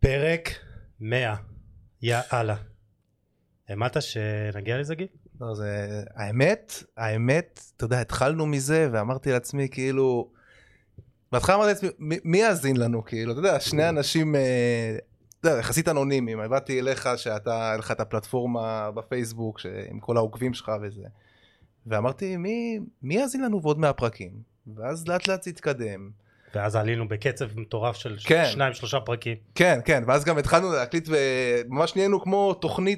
פרק 100, יאללה. האמנת שנגיע לזה, גיל? לא, זה... האמת, אתה יודע, התחלנו מזה ואמרתי לעצמי, כאילו... בהתחלה אמרתי לעצמי, מי יאזין לנו? כאילו, אתה יודע, שני אנשים, אתה יודע, יחסית אנונימיים. הבאתי אליך שאתה, לך את הפלטפורמה בפייסבוק, עם כל העוקבים שלך וזה. ואמרתי, מי יאזין לנו ועוד 100 פרקים? ואז לאט לאט התקדם. ואז עלינו בקצב מטורף של 2-3 פרקים. כן, כן, ואז גם התחלנו להקליט וממש נהיינו כמו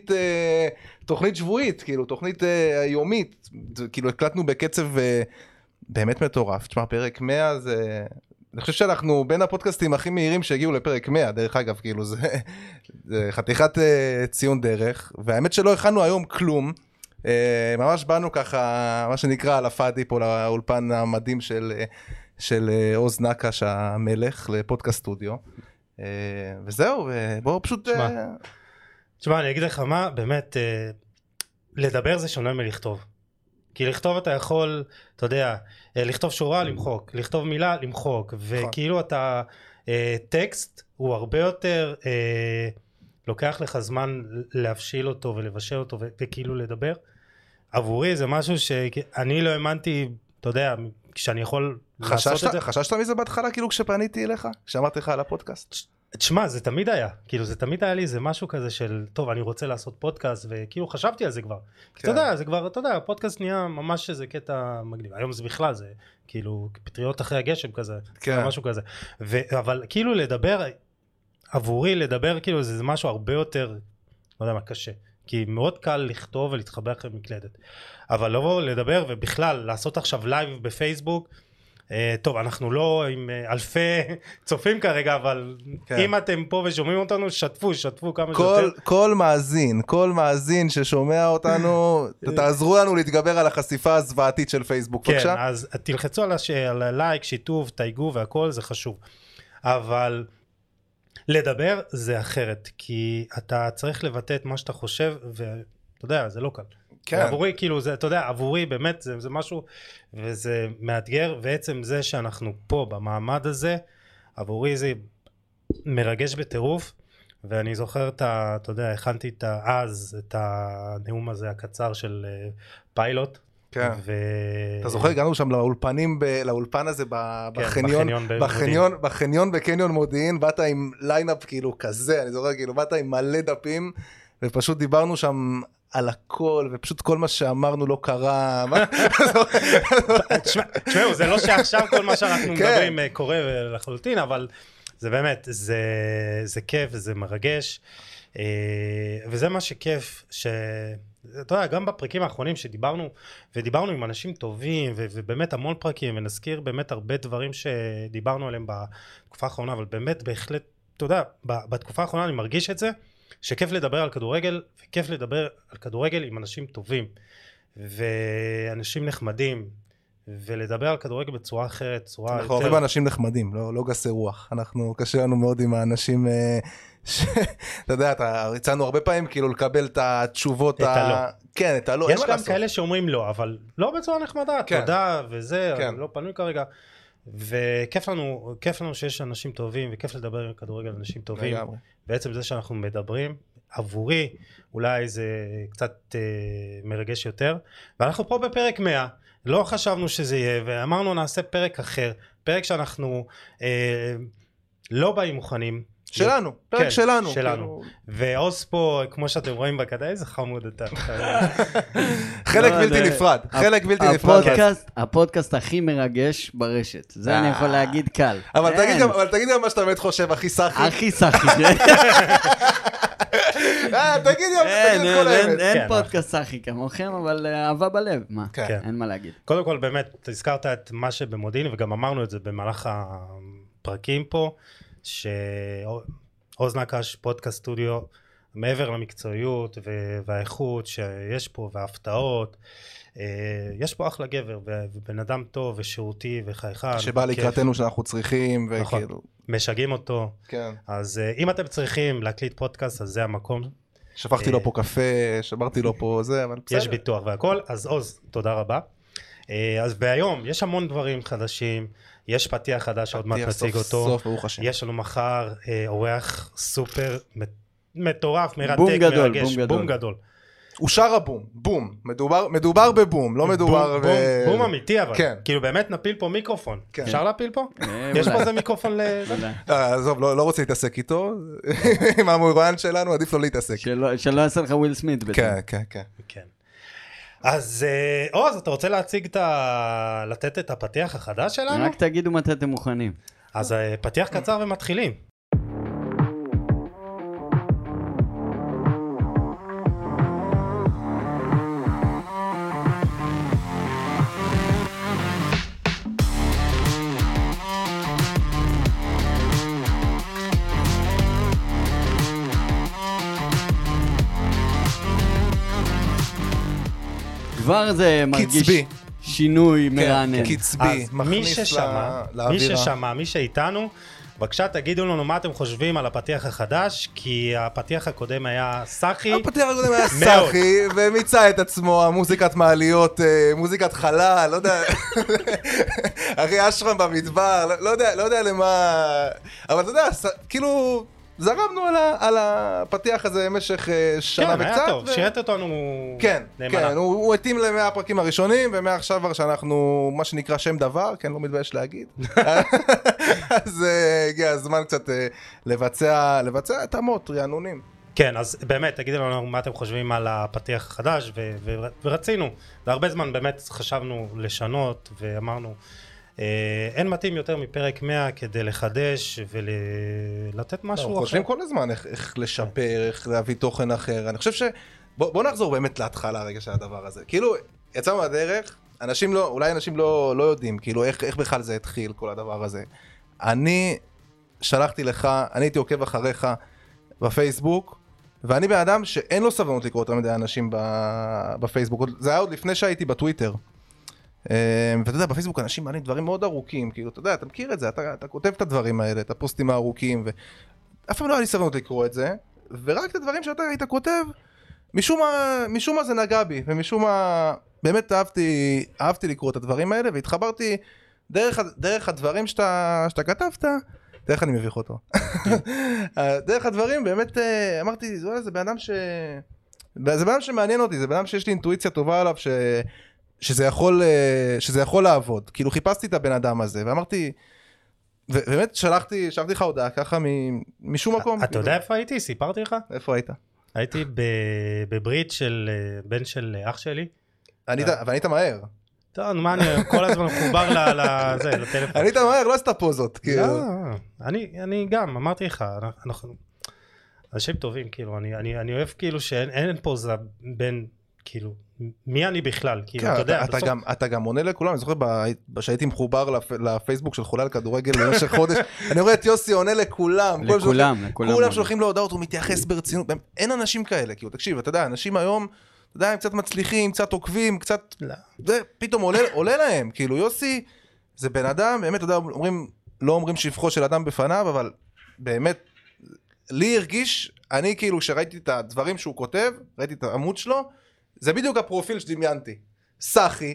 תוכנית שבועית, כאילו תוכנית יומית, כאילו הקלטנו בקצב באמת מטורף. תשמע, פרק 100 זה... אני חושב שאנחנו בין הפודקאסטים הכי מהירים שהגיעו לפרק 100, דרך אגב, כאילו זה חתיכת ציון דרך, והאמת שלא הכנו היום כלום, ממש באנו ככה, מה שנקרא, על הפאדי פה לאולפן המדהים של עוז נקש המלך לפודקאסט סטודיו, וזהו, בואו פשוט... תשמע, אני אגיד לך מה, באמת, לדבר זה שונה מלכתוב. כי לכתוב אתה יכול, אתה יודע, לכתוב שורה, למחוק, לכתוב מילה, למחוק, וכאילו אתה, טקסט הוא הרבה יותר, לוקח לך זמן להבשיל אותו ולבשל אותו וכאילו לדבר. עבורי זה משהו שאני לא האמנתי, אתה יודע, כשאני יכול לעשות את זה. חששת מזה בהתחלה כאילו כשפניתי אליך? כשאמרתי לך על הפודקאסט? תשמע, זה תמיד היה, כאילו זה תמיד היה לי, זה משהו כזה של, טוב, אני רוצה לעשות פודקאסט, וכאילו חשבתי על זה כבר. כן. אתה יודע, זה כבר, אתה יודע, הפודקאסט נהיה ממש איזה קטע מגניב. היום זה בכלל, זה כאילו פטריות אחרי הגשם כזה, כן. משהו כזה. אבל כאילו לדבר, עבורי לדבר, כאילו זה משהו הרבה יותר, לא יודע מה, קשה. כי מאוד קל לכתוב ולהתחבר אחרי מקלדת. אבל לבוא לדבר ובכלל, לעשות עכשיו לייב בפייסבוק, טוב, אנחנו לא עם אלפי צופים כרגע, אבל אם אתם פה ושומעים אותנו, שתפו כמה שיותר. כל מאזין ששומע אותנו, תעזרו לנו להתגבר על החשיפה הזוועתית של פייסבוק. כן, אז תלחצו על הלייק, שיתוף, תייגו והכל, זה חשוב. אבל לדבר זה אחרת, כי אתה צריך לבטא את מה שאתה חושב, ואתה יודע, זה לא קל. כן. עבורי, כאילו, זה, אתה יודע, עבורי באמת זה משהו, וזה מאתגר, ועצם זה שאנחנו פה במעמד הזה, עבורי זה מרגש בטירוף, ואני זוכר אתה יודע, הכנתי אז את הנאום הזה הקצר של פיילוט, כן. אתה זוכר, הגענו שם לאולפן הזה בחניון בקניון מודיעין, באת עם ליינאפ כאילו כזה, אני זוכר, כאילו, באת עם מלא דפים, ופשוט דיברנו שם על הכל, ופשוט כל מה שאמרנו לא קרה. תשמעו, זה לא שעכשיו כל מה שאנחנו מדברים קורה לחלוטין, אבל זה באמת, זה כיף, זה מרגש, וזה מה שכיף, אתה יודע, גם בפרקים האחרונים שדיברנו, ודיברנו עם אנשים טובים, ובאמת המון פרקים, ונזכיר באמת הרבה דברים שדיברנו עליהם בתקופה האחרונה, אבל באמת בהחלט, אתה יודע, בתקופה האחרונה אני מרגיש את זה, שכיף לדבר על כדורגל, וכיף לדבר על כדורגל עם אנשים טובים, ואנשים נחמדים, ולדבר על כדורגל בצורה אחרת, צורה יותר... אנחנו אוהבים אנשים נחמדים, לא גסי רוח. אנחנו, קשה לנו מאוד עם האנשים אתה יודע, הצענו הרבה פעמים כאילו לקבל את התשובות כן, את הלא. יש גם כאלה שאומרים לא, אבל לא בצורה נחמדה, תודה וזה, לא פנוי כרגע. וכיף לנו שיש אנשים טובים, וכיף לדבר על כדורגל אנשים טובים. בעצם זה שאנחנו מדברים, עבורי, אולי זה קצת מרגש יותר. ואנחנו פה בפרק 100, לא חשבנו שזה יהיה, ואמרנו נעשה פרק אחר, פרק שאנחנו לא באים מוכנים. שלנו, פרק שלנו. ועוז פה, כמו שאתם רואים בקטע, איזה חמוד אתה. חלק בלתי נפרד, הפודקאסט הכי מרגש ברשת, זה אני יכול להגיד קל. אבל תגיד גם מה שאתה באמת חושב, הכי סחי. הכי סחי. תגיד את כל האמת. אין פודקאסט סחי כמוכם, אבל אהבה בלב, מה? אין מה להגיד. קודם כל באמת, הזכרת את מה שבמודיעין, וגם אמרנו את זה במהלך הפרקים פה, שעוז נקש פודקאסט סטודיו מעבר למקצועיות והאיכות שיש פה וההפתעות, יש פה אחלה גבר ובן אדם טוב ושירותי וחייכן שבא לקראתנו שאנחנו צריכים וכאילו משגעים אותו. כן. אז אם אתם צריכים להקליט פודקאסט, אז זה המקום. שפכתי לו פה קפה, שברתי לו פה זה, אבל בסדר. יש ביטוח והכל. אז עוז, תודה רבה. אז בהיום יש המון דברים חדשים, יש פתיח חדש שעוד מעט נציג אותו, יש לנו מחר אורח סופר מטורף, מרתק, מרגש, בום גדול. אושר הבום, בום, מדובר בבום, לא מדובר בום אמיתי אבל, כאילו באמת נפיל פה מיקרופון, אפשר להפיל פה? יש פה איזה מיקרופון לזה? עזוב, לא רוצה להתעסק איתו, עם המרואיין שלנו עדיף לא להתעסק. שלא יעשה לך וויל סמית בעצם. כן. אז עוז, אתה רוצה לתת את הפתיח החדש שלנו? רק תגידו מתי אתם מוכנים. אז פתיח קצר ומתחילים. כבר זה מרגיש שינוי מרענן. קצבי, מכניס לאווירה. מי ששמע, מי שאיתנו, בבקשה תגידו לנו מה אתם חושבים על הפתיח החדש, כי הפתיח הקודם היה סחי. הפתיח הקודם היה סחי, ומיצה את עצמו, המוזיקת מעליות, מוזיקת חלל, לא יודע, אחי אשרם במדבר, לא יודע למה, אבל אתה יודע, כאילו... זרמנו על הפתיח הזה במשך שנה וקצת. כן, היה טוב, שירת אותנו נאמנה. כן, הוא התאים ל100 הפרקים הראשונים, ומעכשיו כבר שאנחנו, מה שנקרא שם דבר, כן, לא מתבייש להגיד. אז הגיע הזמן קצת לבצע התאמות, רענונים. כן, אז באמת, תגידו לנו מה אתם חושבים על הפתיח החדש, ורצינו, והרבה זמן באמת חשבנו לשנות, ואמרנו, אין מתאים יותר מפרק 100 כדי לחדש ולתת משהו אחר. אנחנו חושבים כל הזמן איך לשפר, איך להביא תוכן אחר. אני חושב בוא נחזור באמת להתחלה הרגע של הדבר הזה. כאילו, יצאנו מהדרך, אולי אנשים לא יודעים, כאילו, איך בכלל זה התחיל, כל הדבר הזה. אני שלחתי לך, אני הייתי עוקב אחריך בפייסבוק, ואני בן אדם שאין לו סבלנות לקרוא יותר מדי אנשים בפייסבוק. זה היה עוד לפני שהייתי בטוויטר. ואתה יודע, בפייסבוק אנשים מעלים דברים מאוד ארוכים, כאילו, אתה יודע, אתה מכיר את זה, אתה כותב את הדברים האלה, את הפוסטים הארוכים, ואף פעם לא היה לי סבלנות לקרוא את זה, ורק את הדברים שאתה היית כותב, משום מה זה נגע בי, ומשום מה באמת אהבתי לקרוא את הדברים האלה, והתחברתי דרך הדברים שאתה כתבת, דרך אני מביך אותו. דרך הדברים, באמת אמרתי, זה בן אדם שמעניין אותי, זה בן אדם שיש לי אינטואיציה טובה עליו, שזה יכול לעבוד. כאילו חיפשתי את הבן אדם הזה, ואמרתי, ובאמת שלחתי לך הודעה ככה משום מקום. אתה יודע איפה הייתי? סיפרתי לך? איפה היית? הייתי בברית של בן של אח שלי. והיית מהר. טוב, מה אני כל הזמן מחובר לטלפון. היית מהר, לא עשתה פוזות. לא, אני גם, אמרתי לך, אנחנו אנשים טובים, כאילו, אני אוהב כאילו שאין פוזה בין, כאילו, מי אני בכלל, כאילו, אתה יודע, אתה גם עונה לכולם, אני זוכר שהייתי מחובר לפייסבוק של חולה על כדורגל במשך חודש, אני רואה את יוסי עונה לכולם, כולם שולחים לו הודעות, הוא מתייחס ברצינות, אין אנשים כאלה, כאילו, תקשיב, אתה יודע, אנשים היום, אתה יודע, הם קצת מצליחים, קצת עוקבים, קצת, פתאום עולה להם, כאילו, יוסי, זה בן אדם, באמת, אתה יודע, לא אומרים שבחו של אדם בפניו, אבל באמת, לי הרגיש, אני כאילו, שראיתי את הדברים שהוא כותב, ראיתי את העמוד שלו, זה בדיוק הפרופיל שדמיינתי, סחי,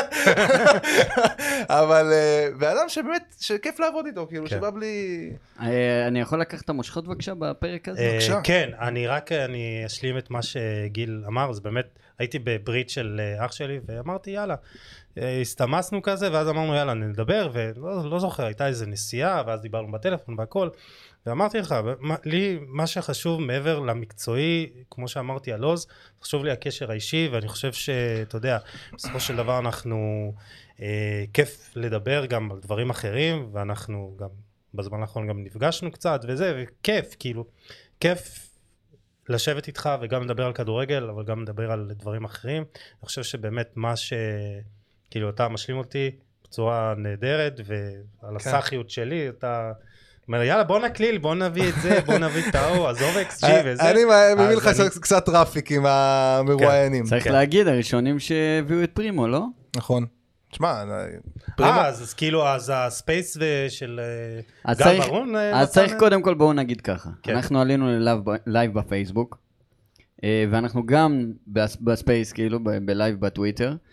אבל באדם שבאמת, שכיף לעבוד איתו, כאילו שבא בלי... אני יכול לקחת את המושכות בבקשה בפרק הזה? כן, אני אשלים את מה שגיל אמר, זה באמת, הייתי בברית של אח שלי, ואמרתי יאללה, הסתמסנו כזה, ואז אמרנו יאללה נדבר, ולא זוכר, הייתה איזו נסיעה, ואז דיברנו בטלפון והכל, ואמרתי לך, לי מה שחשוב מעבר למקצועי, כמו שאמרתי על עוז, חשוב לי הקשר האישי, ואני חושב שאתה יודע, בסופו של דבר אנחנו, כיף לדבר גם על דברים אחרים, ואנחנו גם בזמן האחרון גם נפגשנו קצת, וזה, וכיף, כאילו, כיף לשבת איתך וגם לדבר על כדורגל, אבל גם לדבר על דברים אחרים. אני חושב שבאמת מה כאילו אתה משלים אותי בצורה נהדרת, ועל הסחיות שלי, אתה... אומר, יאללה, בוא נקליל, בוא נביא את זה, בוא נביא את האו, עזוב XG וזה. אני מביא לך קצת טראפיק עם המרואיינים. צריך להגיד, הראשונים שהביאו את פרימו, לא? נכון. תשמע, אז כאילו, אז הספייס של גל ברון... אז צריך קודם כל, בואו נגיד ככה. אנחנו עלינו ללייב בפייסבוק, ואנחנו גם בספייס, כאילו, בלייב בטוויטר,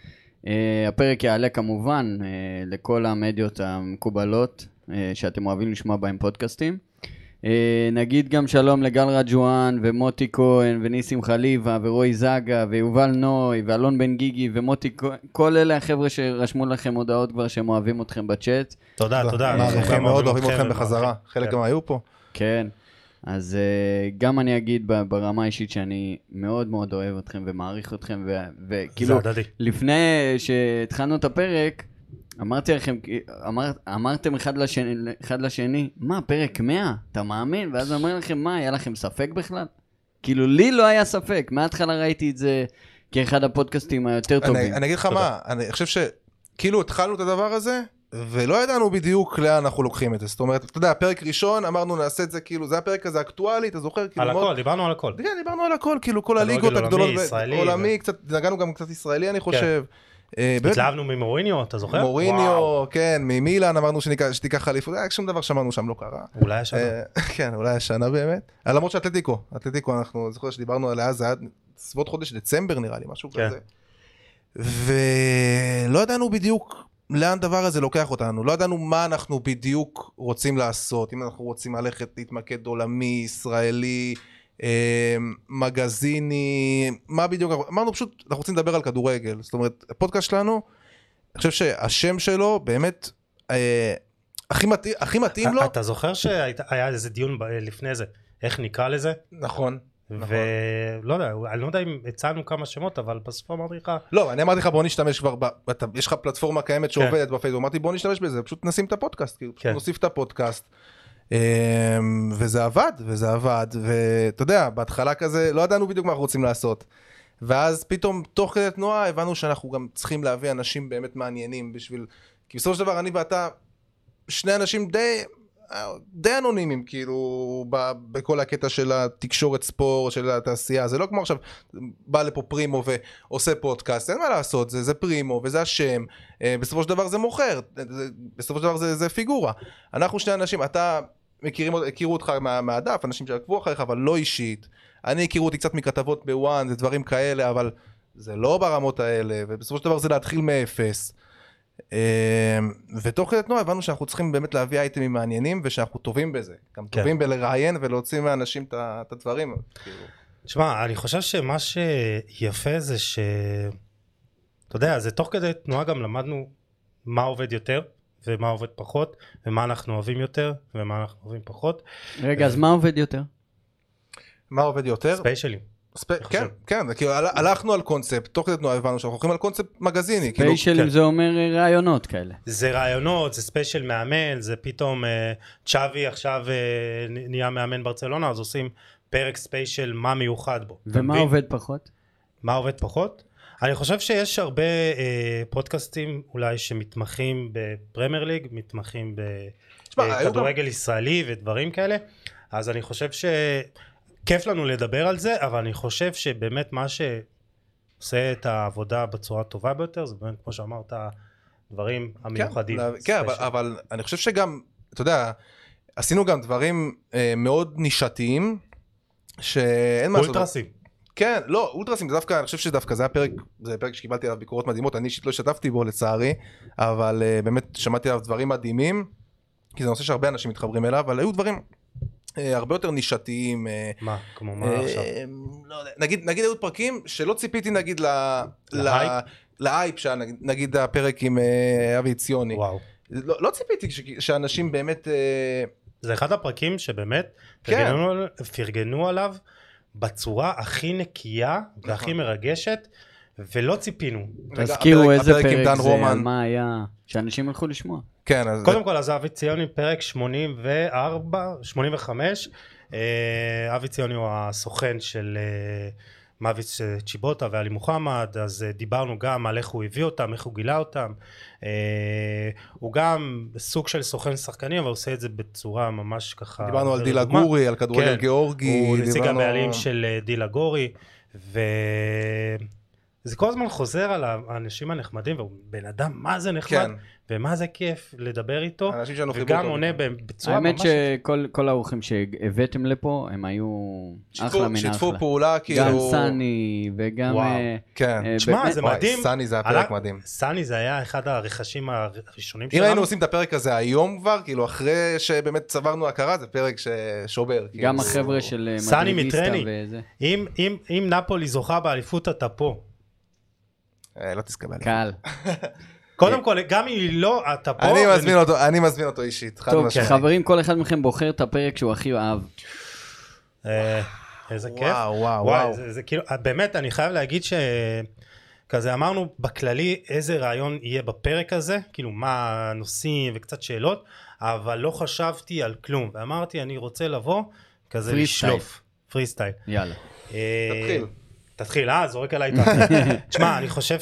הפרק יעלה כמובן לכל המדיות המקובלות שאתם אוהבים לשמוע בהם פודקאסטים. נגיד גם שלום לגל רג'ואן ומוטי כהן וניסים חליבה ורועי זגה ויובל נוי ואלון בן גיגי ומוטי כהן, כל אלה החבר'ה שרשמו לכם הודעות כבר שהם אוהבים אתכם בצ'אט. תודה, תודה. מעריכים מאוד, אוהבים אתכם בחזרה, חלק גם היו פה. כן, אז גם אני אגיד ברמה האישית שאני מאוד מאוד אוהב אתכם ומעריך אתכם, וכאילו לפני שהתחלנו את הפרק, אמרתי לכם, אמרתם אחד לשני, מה, פרק 100? אתה מאמין? ואז אמרתי לכם, מה, היה לכם ספק בכלל? כאילו, לי לא היה ספק. מההתחלה ראיתי את זה כאחד הפודקאסטים היותר טובים. אני אגיד לך מה, אני חושב שכאילו התחלנו את הדבר הזה, ולא ידענו בדיוק לאן אנחנו לוקחים את זה. זאת אומרת, אתה יודע, הפרק ראשון, אמרנו נעשה את זה, כאילו, זה הפרק הזה אקטואלי, אתה זוכר? על הכל, דיברנו על הכל. כן, דיברנו על הכל, כאילו, כל הליגות הגדולות, עולמי, קצת, נגענו גם קצת ישראלי, אני חושב. התלהבנו ממוריניו, אתה זוכר? מוריניו, כן, ממילן אמרנו שתיקח חליפות, שום דבר שמענו שם לא קרה. אולי השנה. כן, אולי השנה באמת. למרות שאתלטיקו, אנחנו זוכר שדיברנו עליה, זה היה סביבות חודש דצמבר נראה לי, משהו כזה. ולא ידענו בדיוק לאן דבר הזה לוקח אותנו, לא ידענו מה אנחנו בדיוק רוצים לעשות, אם אנחנו רוצים ללכת להתמקד עולמי, ישראלי, מגזיני, מה בדיוק, אמרנו פשוט, אנחנו רוצים לדבר על כדורגל, זאת אומרת, הפודקאסט שלנו, אני חושב שהשם שלו באמת הכי מתאים לו. אתה זוכר שהיה איזה דיון לפני זה, איך נקרא לזה? נכון. ולא יודע, אני לא יודע אם הצענו כמה שמות, אבל בסוף אמרתי לך... לא, אני אמרתי לך בוא נשתמש כבר, יש לך פלטפורמה קיימת שעובדת בפייסבוק, אמרתי בוא נשתמש בזה, פשוט נשים את הפודקאסט, פשוט נוסיף את הפודקאסט. וזה עבד, ואתה יודע, בהתחלה כזה, לא ידענו בדיוק מה אנחנו רוצים לעשות. ואז פתאום, תוך כדי תנועה, הבנו שאנחנו גם צריכים להביא אנשים באמת מעניינים בשביל... כי בסופו של דבר, אני ואתה, שני אנשים די אנונימיים, כאילו, בכל הקטע של התקשורת ספורט, של התעשייה. זה לא כמו עכשיו, בא לפה פרימו ועושה פודקאסט, אין מה לעשות, זה פרימו וזה השם. בסופו של דבר זה מוכר, בסופו של דבר זה פיגורה. אנחנו שני אנשים, אתה הכירו אותך מהדף, אנשים שעקבו אחריך, אבל לא אישית. אני הכירו אותי קצת מכתבות בוואן, זה דברים כאלה, אבל זה לא ברמות האלה, ובסופו של דבר זה להתחיל מאפס. ותוך כדי תנועה הבנו שאנחנו צריכים באמת להביא אייטמים מעניינים, ושאנחנו טובים בזה. גם טובים בלראיין ולהוציא מהאנשים את הדברים. תשמע, אני חושב שמה שיפה זה ש... אתה יודע, זה תוך כדי תנועה גם למדנו מה עובד יותר, ומה עובד פחות, ומה אנחנו אוהבים יותר, ומה אנחנו אוהבים פחות. רגע, אז מה עובד יותר? מה עובד יותר? ספיישלים. כן, כאילו הלכנו על קונספט, תוך כדי תנועה הבנו שאנחנו הולכים על קונספט מגזיני. ספיישלים זה אומר רעיונות כאלה. זה רעיונות, זה ספיישל מאמן, זה פתאום צ'אבי עכשיו נהיה מאמן ברצלונה, אז עושים פרק ספיישל מה מיוחד בו. ומה עובד פחות? מה עובד פחות? אני חושב שיש הרבה פודקאסטים אולי שמתמחים בפרמייר ליג, מתמחים בכדורגל ישראלי ודברים כאלה, אז אני חושב שכיף לנו לדבר על זה, אבל אני חושב שבאמת מה שעושה את העבודה בצורה טובה ביותר, זה באמת כמו שאמרת, דברים המיוחדים. כן, אבל אני חושב שגם, אתה יודע, עשינו גם דברים מאוד נישתיים, שאין מה לעשות. אולטרסים. כן, לא, אולטרסים, דווקא, אני חושב שדווקא זה פרק שקיבלתי עליו ביקורות מדהימות, אני אישית לא השתתפתי בו לצערי, אבל באמת שמעתי עליו דברים מדהימים, כי זה נושא שהרבה אנשים מתחברים אליו, אבל היו דברים הרבה יותר נישתיים. מה? כמו מה עכשיו? לא יודע, נגיד היו פרקים שלא ציפיתי נגיד להייפ, נגיד הפרק עם אבי ציוני. וואו. לא ציפיתי שאנשים באמת... זה אחד הפרקים שבאמת פרגנו עליו, בצורה הכי נקייה והכי מרגשת, ולא ציפינו. תזכירו איזה פרק זה, מה היה, שאנשים הלכו לשמוע. קודם כל, אז אבי ציוני, פרק 85, אבי ציוני הוא הסוכן של מוויץ צ'יבוטה ואלי מוחמד, אז דיברנו גם על איך הוא הביא אותם, איך הוא גילה אותם. הוא גם סוג של סוכן שחקנים, אבל הוא עושה את זה בצורה ממש ככה... דיברנו על דילה גורי, על כדורגל גיאורגי. הוא נציג הבעלים של דילה גורי, זה כל הזמן חוזר על האנשים הנחמדים, והוא בן אדם מה זה נחמד, כן. ומה זה כיף לדבר איתו, אנשים שלנו חיברו וגם אותו. עונה בצורה ממש... האמת שכל האורחים שהבאתם לפה, הם היו אחלה מן שיתפו אחלה. פעולה, כאילו... גם סני וגם... וואו. כן. תשמע, זה מדהים. סני זה הפרק מדהים. סני זה היה אחד הרכשים הראשונים אם שלנו. היינו עושים את הפרק הזה היום כבר, כאילו אחרי שבאמת צברנו הכרה, זה פרק ששובר. גם החבר'ה של סני מדרידיסטה מטרני. וזה. אם נפולי זוכה באליפות אתה פה. לא תזכה באליפות. קל. קודם כל, גם אם לא, אתה פה... אני מזמין אותו אישית. טוב, חברים, כל אחד מכם בוחר את הפרק שהוא הכי אוהב. איזה כיף. וואו. זה כאילו, באמת, אני חייב להגיד כזה אמרנו בכללי איזה רעיון יהיה בפרק הזה, כאילו מה הנושאים וקצת שאלות, אבל לא חשבתי על כלום, ואמרתי אני רוצה לבוא כזה לשלוף. פרי סטייל. יאללה. תתחיל, זורק עליי תשמע, אני חושב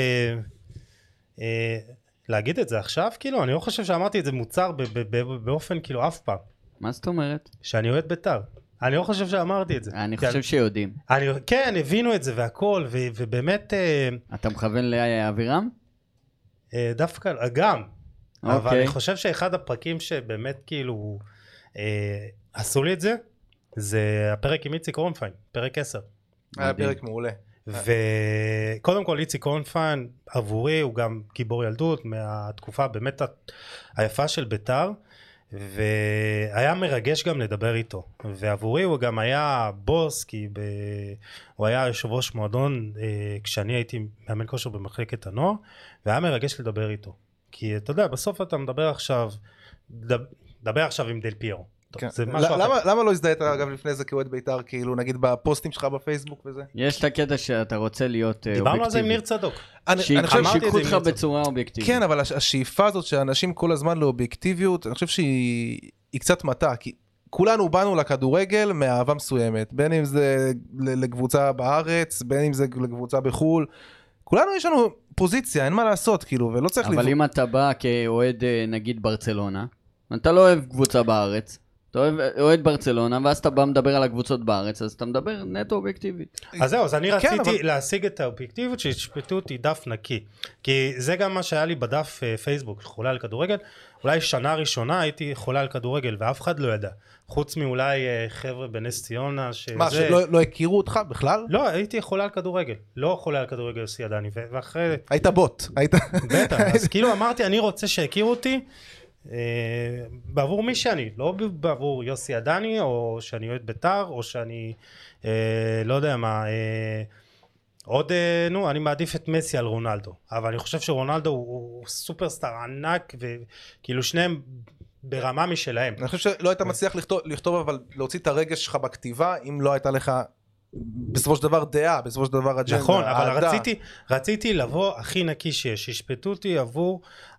להגיד את זה עכשיו, כאילו, אני לא חושב שאמרתי את זה מוצר באופן כאילו אף פעם. מה זאת אומרת? שאני אוהד בית"ר. אני לא חושב שאמרתי את זה. אני חושב שיודעים. כן, הבינו את זה והכל, ובאמת... אתה מכוון לאבירם? דווקא, גם. אבל אני חושב שאחד הפרקים שבאמת כאילו עשו לי את זה, זה הפרק עם איציק קורנפיין, פרק 10. היה פרק מעולה. וקודם כל איציק קורנפיין עבורי הוא גם גיבור ילדות מהתקופה באמת היפה של בית"ר, והיה מרגש גם לדבר איתו, ועבורי הוא גם היה בוס, כי הוא היה יושב ראש מועדון כשאני הייתי מאמן כושר במחלקת הנוער, והיה מרגש לדבר איתו, כי אתה יודע בסוף אתה מדבר עכשיו עם דל פיירו. למה לא הזדהית אגב לפני זה כאוהד בית"ר, כאילו נגיד בפוסטים שלך בפייסבוק וזה? יש את הקטע שאתה רוצה להיות אובייקטיבי. דיברנו על זה עם ניר צדוק. שיקחו אותך בצורה אובייקטיבית. כן, אבל השאיפה הזאת שאנשים כל הזמן לאובייקטיביות, אני חושב שהיא קצת מטעה, כי כולנו באנו לכדורגל מאהבה מסוימת, בין אם זה לקבוצה בארץ, בין אם זה לקבוצה בחול, כולנו יש לנו פוזיציה, אין מה לעשות, כאילו, ולא צריך אבל אם אתה בא כאוהד נגיד ברצלונה, אתה לא אוהב קבוצה בארץ, אתה אוהד ברצלונה, ואז אתה בא מדבר על הקבוצות בארץ, אז אתה מדבר נטו אובייקטיבית. אז זהו, אז אני רציתי להשיג את האובייקטיביות, שישפטו אותי דף נקי. כי זה גם מה שהיה לי בדף פייסבוק, חולה על כדורגל. אולי שנה ראשונה הייתי חולה על כדורגל, ואף אחד לא ידע. חוץ מאולי חבר'ה בנס ציונה, מה, שלא הכירו אותך בכלל? לא, הייתי חולה על כדורגל. לא חולה על כדורגל יוסי ידני, ואחרי... היית בוט. בטח, אז כאילו אמרתי, אני רוצה שיכירו אותי, בעבור מי שאני, לא בעבור יוסי ידני, או שאני אוהד בית"ר, או שאני לא יודע מה, עוד, אני מעדיף את מסי על רונלדו, אבל אני חושב שרונלדו הוא סופרסטאר ענק, וכאילו שניהם ברמה משלהם. אני חושב שלא היית מצליח לכתוב, אבל להוציא את הרגש שלך בכתיבה, אם לא הייתה לך בסופו של דבר דעה, בסופו של דבר אג'נדה. נכון, אבל רציתי לבוא הכי נקי שישפטו אותי עבור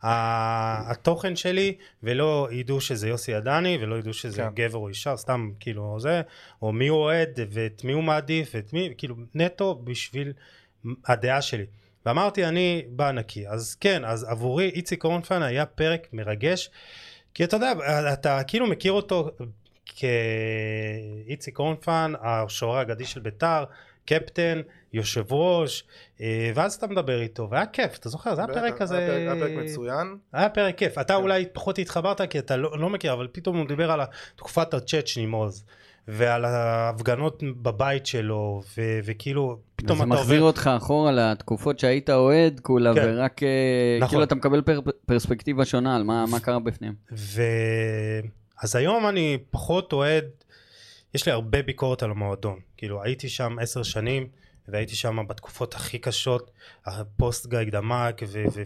התוכן שלי, ולא ידעו שזה יוסי ידני, ולא ידעו שזה גבר או אישה, סתם כאילו זה, או מי הוא אוהד, ואת מי הוא מעדיף, ואת מי, כאילו נטו בשביל הדעה שלי. ואמרתי, אני בא נקי. אז כן, אז עבורי איציק קורנפיין היה פרק מרגש, כי אתה יודע, אתה כאילו מכיר אותו כאיציק קורנפיין, השוער האגדי של בית"ר, קפטן, יושב ראש, ואז אתה מדבר איתו, והיה כיף, אתה זוכר, זה היה פרק כזה... היה פרק מצוין. היה פרק כיף, אתה אולי פחות התחברת, כי אתה לא מכיר, אבל פתאום הוא דיבר על תקופת הצ'צ'נים עוז, ועל ההפגנות בבית שלו, וכאילו, פתאום אתה עובר... זה מחזיר אותך אחורה לתקופות שהיית אוהד, כולה, ורק כאילו אתה מקבל פרספקטיבה שונה על מה קרה בפנים. אז היום אני פחות אוהד, יש לי הרבה ביקורת על המועדון, כאילו הייתי שם 10 שנים, והייתי שם בתקופות הכי קשות, הפוסט גיא דמק,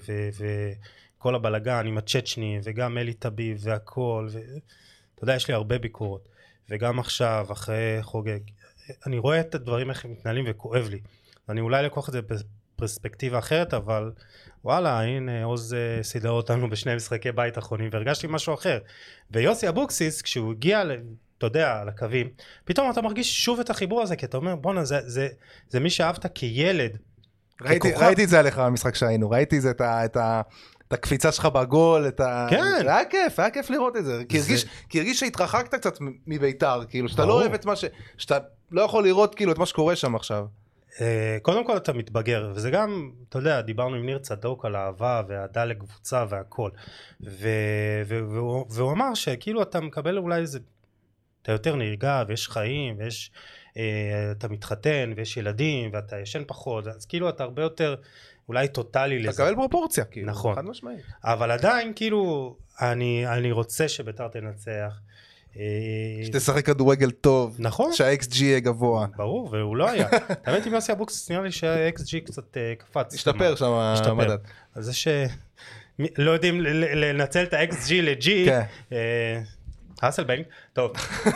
וכל הבלגן עם הצ'צ'ני, וגם אלי טביב והכל, אתה יודע, יש לי הרבה ביקורת, וגם עכשיו, אחרי חוגג, אני רואה את הדברים איך הם מתנהלים וכואב לי, אני אולי לקוח את זה בפרספקטיבה אחרת, אבל וואלה, הנה עוז סידר אותנו בשני משחקי בית האחרונים, והרגשתי משהו אחר. ויוסי אבוקסיס, כשהוא הגיע, אתה יודע, לקווים, פתאום אתה מרגיש שוב את החיבור הזה, כי אתה אומר, בונה, זה מי שאהבת כילד. ראיתי את זה עליך במשחק שהיינו, ראיתי את הקפיצה שלך בגול, כן. היה כיף לראות את זה, כי הרגיש שהתרחקת קצת מבית"ר, כאילו, שאתה לא אוהב את מה שאתה לא יכול לראות, כאילו, את מה שקורה שם עכשיו. קודם כל אתה מתבגר, וזה גם, אתה יודע, דיברנו עם ניר צדוק על האהבה והאהדה לקבוצה והכל, והוא אמר שכאילו אתה מקבל אולי איזה, אתה יותר נרגע ויש חיים ויש, אתה מתחתן ויש ילדים ואתה ישן פחות, אז כאילו אתה הרבה יותר אולי טוטלי לזה. אתה מקבל פרופורציה, כאילו, נכון. חד משמעית. אבל עדיין כאילו אני רוצה שבית"ר תנצח. שתשחק כדורגל טוב, נכון. שה-XG יהיה גבוה. ברור, והוא לא היה. האמת עם יוסי אבוקסיס נראה לי שה-XG קצת קפץ. השתפר שם המדד. אז זה שלא יודעים לנצל את ה-XG ל-G, האסלבנק, טוב.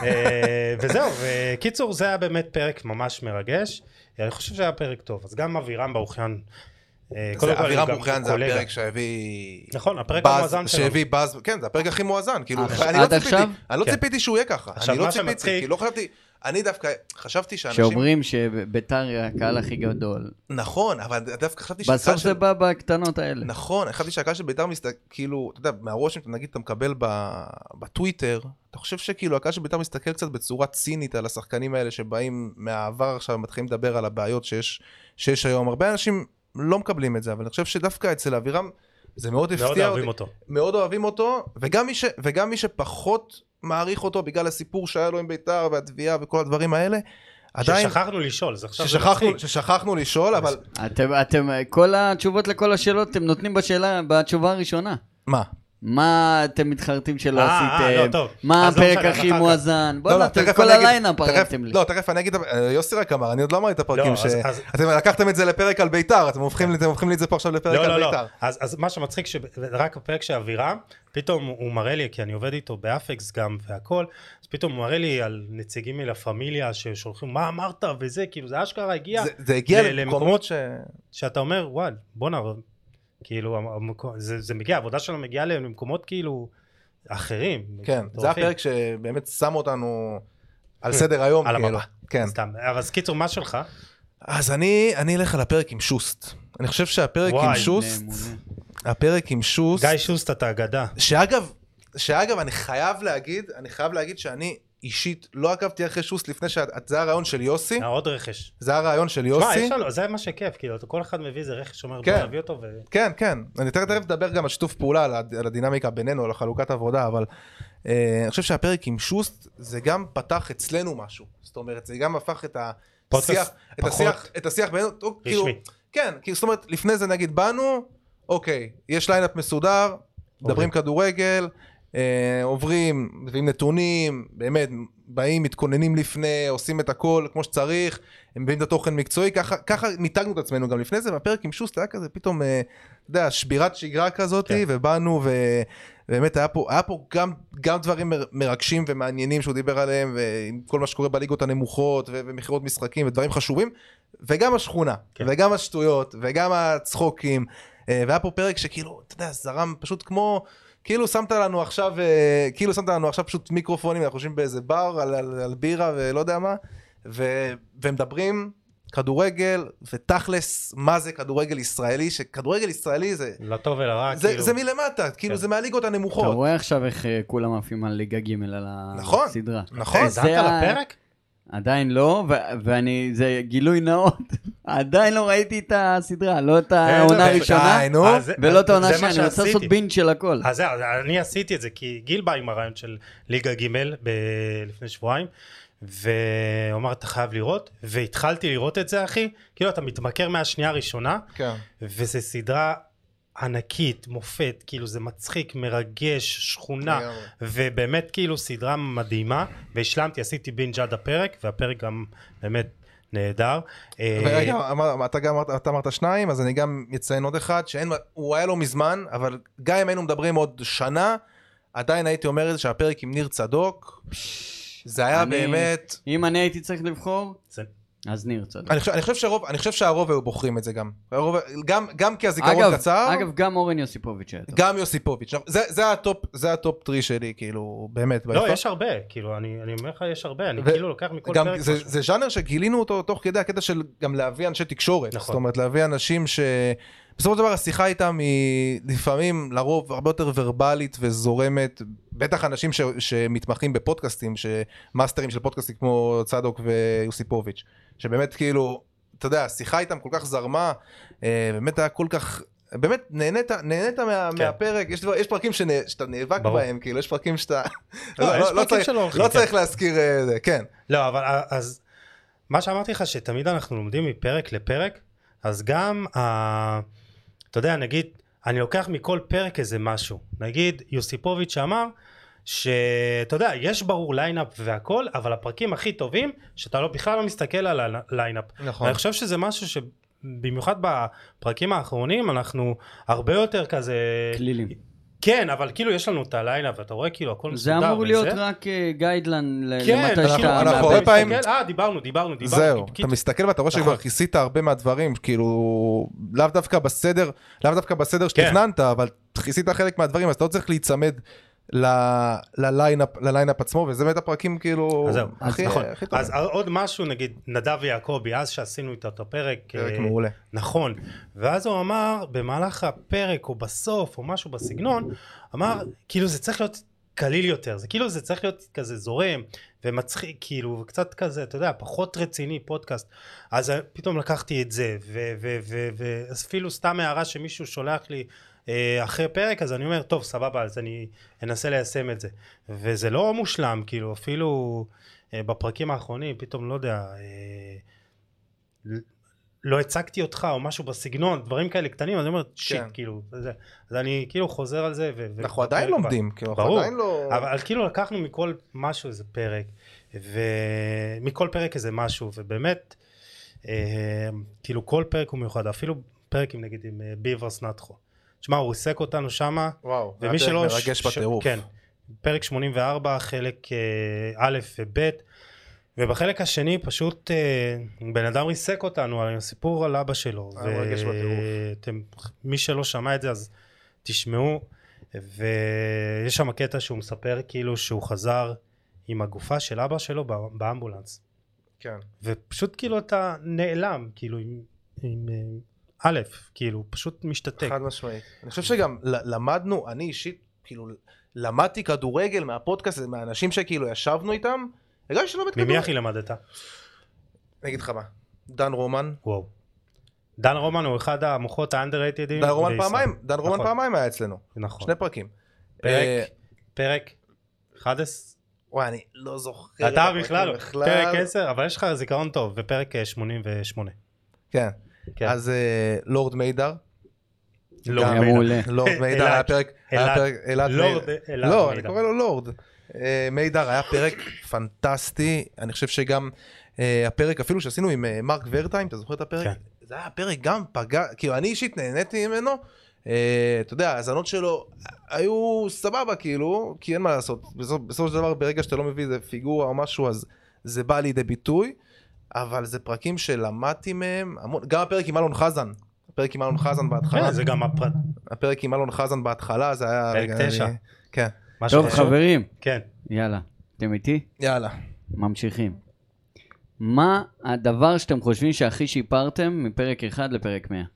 וזהו, וקיצור זה היה באמת פרק ממש מרגש. אני חושב שהיה פרק טוב, אז גם אבירם ברוכיאן. אבירם ברוכיאן זה הפרק שהביא... נכון, הפרק המואזן שלנו. שהביא באז, כן, זה הפרק הכי מואזן. אני לא ציפיתי שהוא יהיה ככה. אני לא ציפיתי, כי לא חשבתי... אני דווקא חשבתי שאנשים... שאומרים שבית"ר הקהל הכי גדול. נכון, אבל דווקא חשבתי בסוף זה בא בקטנות האלה. נכון, חשבתי שהקהל של בית"ר כאילו, אתה יודע, מהרושם, נגיד, אתה מקבל בטוויטר, אתה חושב שכאילו הקהל של בית"ר מסתכל קצת בצורה צינית על השחקנים האלה שבאים מהעבר עכשיו, מתחילים לדבר על הבעיות שיש היום. הרבה אנשים לא מקבלים את זה, אבל אני חושב שדווקא אצל אבירם זה מאוד הפתיע אותי. מאוד אוהבים אותו. מאוד אוהבים אותו, וגם מי שפחות מעריך אותו בגלל הסיפור שהיה לו עם בית"ר והתביעה וכל הדברים האלה, עדיין... ששכחנו לשאול, זה עכשיו ששכחנו לשאול, אבל... אתם, כל התשובות לכל השאלות אתם נותנים בתשובה הראשונה. מה? מה אתם מתחרטים שלא עשיתם? לא, טוב. מה הפרק הכי מואזן? בוא נתן כל הליינאפ פרקתם לי. לא, תכף אני אגיד, יוסי רק אמר, אני עוד לא אמרתי את הפרקים אתם לקחתם את זה לפרק על בית"ר, אתם הופכים לי את זה פה עכשיו לפרק על בית"ר. אז מה שמצחיק, שרק הפרק שאווירה, פתאום הוא מראה לי, כי אני עובד איתו באפקס גם והכל, אז פתאום הוא מראה לי על נציגים מלפמיליה ששולחים, מה אמרת וזה, כאילו זה אשכרה הגיע. זה הגיע למקומות שאתה אומר, וואל, בוא נעבור. כאילו, זה מגיע, העבודה שלנו מגיעה למקומות כאילו אחרים. כן, זה הפרק שבאמת שם אותנו על סדר היום. על המפה. כן. סתם, אבל קיצור, מה שלך? אז אני אלך על הפרק עם שוסט. אני חושב שהפרק עם שוסט, הפרק עם שוסט, גיא שוסט אתה אגדה. שאגב, אני חייב להגיד שאני אישית לא עקבתי אחרי שוסט לפני זה הרעיון של יוסי. עוד רכש. זה הרעיון של יוסי. זה מה שכיף, כאילו, כל אחד מביא איזה רכש שאומר, בוא נביא אותו. כן, כן. אני תכף לדבר גם על שיתוף פעולה, על הדינמיקה בינינו, על החלוקת עבודה, אבל אני חושב שהפרק עם שוסט, זה גם פתח אצלנו משהו. זאת אומרת, זה גם הפך את השיח בינינו. רשמי. כן, זאת אומרת, לפני זה נגיד באנו, אוקיי, יש ליינאפ מסודר, מדברים כדורגל, עוברים, מביאים נתונים, באמת, באים, מתכוננים לפני, עושים את הכל כמו שצריך, הם מביאים את התוכן מקצועי, ככה ניתגנו את עצמנו גם לפני זה, והפרק עם שוסט היה כזה, פתאום, אתה יודע, שבירת שגרה כזאת, ובאנו, ובאמת היה פה גם דברים מרגשים ומעניינים שהוא דיבר עליהם, ועם כל מה שקורה בליגות הנמוכות, ומחירות משחקים, ודברים חשובים, וגם השכונה, וגם השטויות, וגם הצחוקים, והיה פה פרק שכאילו, אתה יודע, זרם פשוט כמו... כאילו שמת לנו עכשיו פשוט מיקרופונים, אנחנו חושבים באיזה בר על בירה ולא יודע מה, ומדברים כדורגל, ותכלס מה זה כדורגל ישראלי, שכדורגל ישראלי זה... לא טוב ולא רע, זה מלמטה, כאילו זה מהליגות הנמוכות. אתה רואה עכשיו איך כולם עפים על ליגה ג' על הסדרה. נכון. הזנת לפרק? עדיין לא, זה גילוי נאות, עדיין לא ראיתי את הסדרה, לא את העונה הראשונה, ולא את העונה השנייה, אני רוצה לעשות בינג' של הכל. אז זהו, אני עשיתי את זה, כי גיל בא עם הרעיון של ליגה ג' לפני שבועיים, והוא אמר, אתה חייב לראות, והתחלתי לראות את זה, אחי, כאילו אתה מתמכר מהשנייה הראשונה, וזה סדרה... ענקית, מופת, כאילו זה מצחיק, מרגש, שכונה, ובאמת כאילו סדרה מדהימה, והשלמתי, עשיתי בינג' עד הפרק, והפרק גם באמת נהדר. ורגע, אתה אמרת שניים, אז אני גם אציין עוד אחד, שהוא היה לו מזמן, אבל גם אם היינו מדברים עוד שנה, עדיין הייתי אומר שהפרק עם ניר צדוק, זה היה באמת... אם אני הייתי צריך לבחור... אז ניר צדוק. אני חושב שהרוב היו בוחרים את זה גם כי הזיכרון קצר. אגב, גם אורן יוסיפוביץ' היה טוב. גם יוסיפוביץ'. זה הטופ 3 שלי, כאילו, באמת. לא, יש הרבה, כאילו, אני אומר לך, יש הרבה, אני כאילו לוקח מכל פרק. זה ז'אנר שגילינו אותו תוך כדי הקטע של גם להביא אנשי תקשורת. זאת אומרת, להביא אנשים בסופו של דבר השיחה איתם היא לפעמים לרוב הרבה יותר ורבלית וזורמת, בטח אנשים שמתמחים בפודקאסטים, מאסטרים של פודקאסטים כמו צדוק ויוסיפוביץ', שבאמת כאילו אתה יודע, השיחה איתם כל כך זרמה, באמת היה כל כך, באמת נהנית מהפרק, יש פרקים שאתה נאבק בהם, כאילו, יש פרקים שאתה, לא צריך להזכיר, כן. לא, אבל אז, מה שאמרתי לך, שתמיד אנחנו לומדים מפרק לפרק, אז גם, אתה יודע, נגיד, אני לוקח מכל פרק איזה משהו, נגיד, יוסיפוביץ' אמר, שאתה יודע, יש ברור ליינאפ והכל, אבל הפרקים הכי טובים, שאתה בכלל לא מסתכל על הליינאפ. נכון. אני חושב שזה משהו שבמיוחד בפרקים האחרונים, אנחנו הרבה יותר כזה... כלילים. כן, אבל כאילו יש לנו את הליינאפ, ואתה רואה כאילו הכל מסודר. זה אמור להיות רק גיידלן כן, למתי שאתה... אנחנו הרבה פעמים... דיברנו. זהו, אתה מסתכל ואתה רואה שכבר כיסית הרבה מהדברים, כאילו, לאו דווקא בסדר שתכננת, אבל כיסית חלק מהדברים, אז אתה לא צריך להיצמד לליינאפ עצמו, וזה באמת הפרקים כאילו הכי טוב. אז עוד משהו, נגיד נדב ויעקבי, אז שעשינו את אותו פרק, פרק מעולה. נכון, ואז הוא אמר במהלך הפרק או בסוף או משהו בסגנון, אמר כאילו זה צריך להיות קליל יותר, זה כאילו זה צריך להיות כזה זורם ומצחיק, כאילו וקצת כזה, אתה יודע, פחות רציני פודקאסט. אז פתאום לקחתי את זה, ואפילו סתם הערה שמישהו שולח לי אחרי פרק, אז אני אומר, טוב, סבבה, אז אני אנסה ליישם את זה. וזה לא מושלם, כאילו, אפילו בפרקים האחרונים, פתאום, לא יודע, לא הצגתי אותך, או משהו בסגנון, דברים כאלה קטנים, אז אני אומר, שיט, כאילו, אז אני כאילו חוזר על זה, אנחנו עדיין לומדים, כאילו, אנחנו עדיין לא... אבל כאילו לקחנו מכל משהו איזה פרק, ומכל פרק איזה משהו, ובאמת, כאילו, כל פרק הוא מיוחד, אפילו פרק, נגיד, עם ביברס נתחו. תשמע, הוא ריסק אותנו שמה, וואו, היה פרק מרגש בטירוף. כן, פרק 84, חלק א' וב', ובחלק השני פשוט בן אדם ריסק אותנו על הסיפור על אבא שלו. מרגש בטירוף. מי שלא שמע את זה אז תשמעו, ויש שם קטע שהוא מספר כאילו שהוא חזר עם הגופה של אבא שלו באמבולנס. כן. ופשוט כאילו אתה נעלם, כאילו עם א', כאילו, פשוט משתתק. חד משמעית. אני חושב שגם למדנו, אני אישית, כאילו, למדתי כדורגל מהפודקאסט, מהאנשים שכאילו ישבנו איתם, הרגשתי שלא מתקדום. ממי הכי למדת? אני אגיד לך מה, דן רומן. וואו. דן רומן הוא אחד המוחות האנדררייטדים. דן רומן פעמיים היה אצלנו. נכון. 2 פרקים. פרק 11. וואי, אני לא זוכר. אתה בכלל, פרק 10, אבל יש לך זיכרון טוב, ופרק 88. כן. אז לורד מיידר. לורד מיידר היה פרק... לא, אני קורא לו לורד. מיידר היה פרק פנטסטי. אני חושב שגם הפרק אפילו שעשינו עם מרק ורטיים, אתה זוכר את הפרק? זה היה פרק גם פגע, כאילו אני אישית נהניתי ממנו. אתה יודע, ההאזנות שלו היו סבבה כאילו, כי אין מה לעשות. בסופו של דבר ברגע שאתה לא מביא איזה פיגורה או משהו, אז זה בא לידי ביטוי. אבל זה פרקים שלמדתי מהם, גם הפרק עם אלון חזן, בהתחלה. זה גם הפרק עם אלון חזן בהתחלה, זה היה... פרק 9. כן. טוב חברים. כן. יאללה, אתם איתי? יאללה. ממשיכים. מה הדבר שאתם חושבים שהכי שיפרתם מפרק 1 לפרק 100?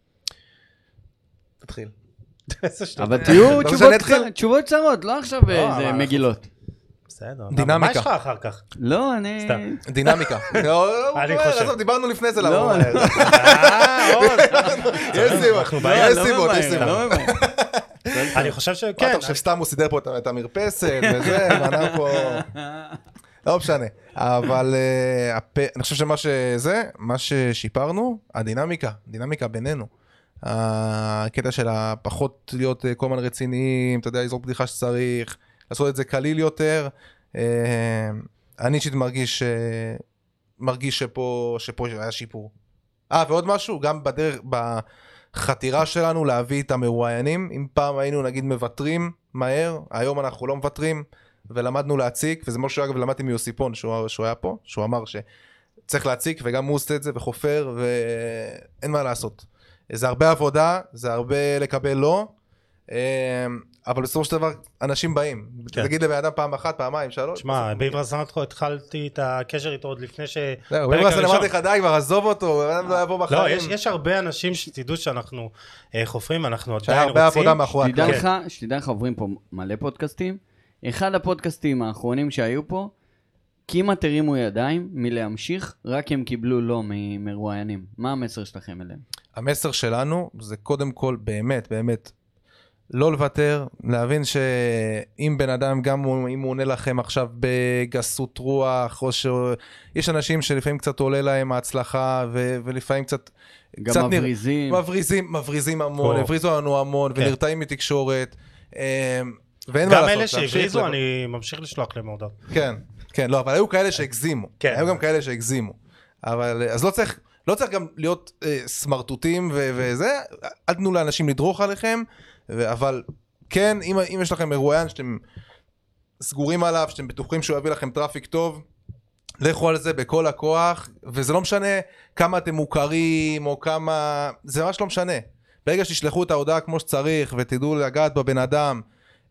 תתחיל. אבל תהיו תשובות קצרות, לא עכשיו איזה מגילות. בסדר. דינמיקה. מה יש לך אחר כך? לא, אני... דינמיקה. אני חושב. דיברנו לפני זה. לא. יש סיבות. אני חושב שכן. אתה חושב סתם הוא סידר פה את המרפסת וזה, מנה פה... לא משנה. אבל אני חושב מה ששיפרנו, הדינמיקה בינינו. הקטע של הפחות להיות כל הזמן רציניים, אתה יודע, לזרוק בדיחה שצריך, לעשות את זה קליל יותר. אני אישית מרגיש שפה היה שיפור. ועוד משהו, גם בחתירה שלנו להביא את המרואיינים, אם פעם היינו נגיד מבטרים מהר, היום אנחנו לא מבטרים, ולמדנו להציק, וזה משהו אגב למדתי מיוסיפון שהוא היה פה, שהוא אמר שצריך להציק, וגם הוא עושה את זה וחופר, ואין מה לעשות. זה הרבה עבודה, זה הרבה לקבל לא, אבל בסופו של דבר אנשים באים. תגיד לבן אדם פעם אחת, פעמיים, 3. תשמע, ביברס נתחו התחלתי את הקשר איתו עוד לפני זהו, ביברס אני אמרתי לך די, כבר עזוב אותו, לא יבוא בחיים. לא, יש הרבה אנשים שתדעו שאנחנו חופרים, אנחנו עדיין רוצים. הרבה עבודה מאחורי הקלעים. שתדע לך, עוברים פה מלא פודקאסטים. אחד הפודקאסטים האחרונים שהיו פה, כמעט הרימו ידיים מלהמשיך, רק הם קיבלו לא מרואיינים. מה המסר שלכם אליהם? המסר שלנו זה קודם כל באמת, באמת, לא לוותר, להבין שאם בן אדם, גם אם הוא עונה לכם עכשיו בגסות רוח, או שיש אנשים שלפעמים קצת עולה להם ההצלחה, ולפעמים קצת... גם מבריזים. מבריזים המון, הבריזו לנו המון, ונרתעים מתקשורת, ואין מה לעשות. גם אלה שהבריזו, אני ממשיך לשלוח להם הודעות. כן, כן, לא, אבל היו כאלה שהגזימו. היו גם כאלה שהגזימו. אז לא צריך גם להיות סמרטוטים וזה, אל תנו לאנשים לדרוך עליכם, אבל כן, אם יש לכם מרואיין שאתם סגורים עליו, שאתם בטוחים שהוא יביא לכם טראפיק טוב, לכו על זה בכל הכוח, וזה לא משנה כמה אתם מוכרים או כמה, זה ממש לא משנה. ברגע שתשלחו את ההודעה כמו שצריך ותדעו לגעת בבן אדם,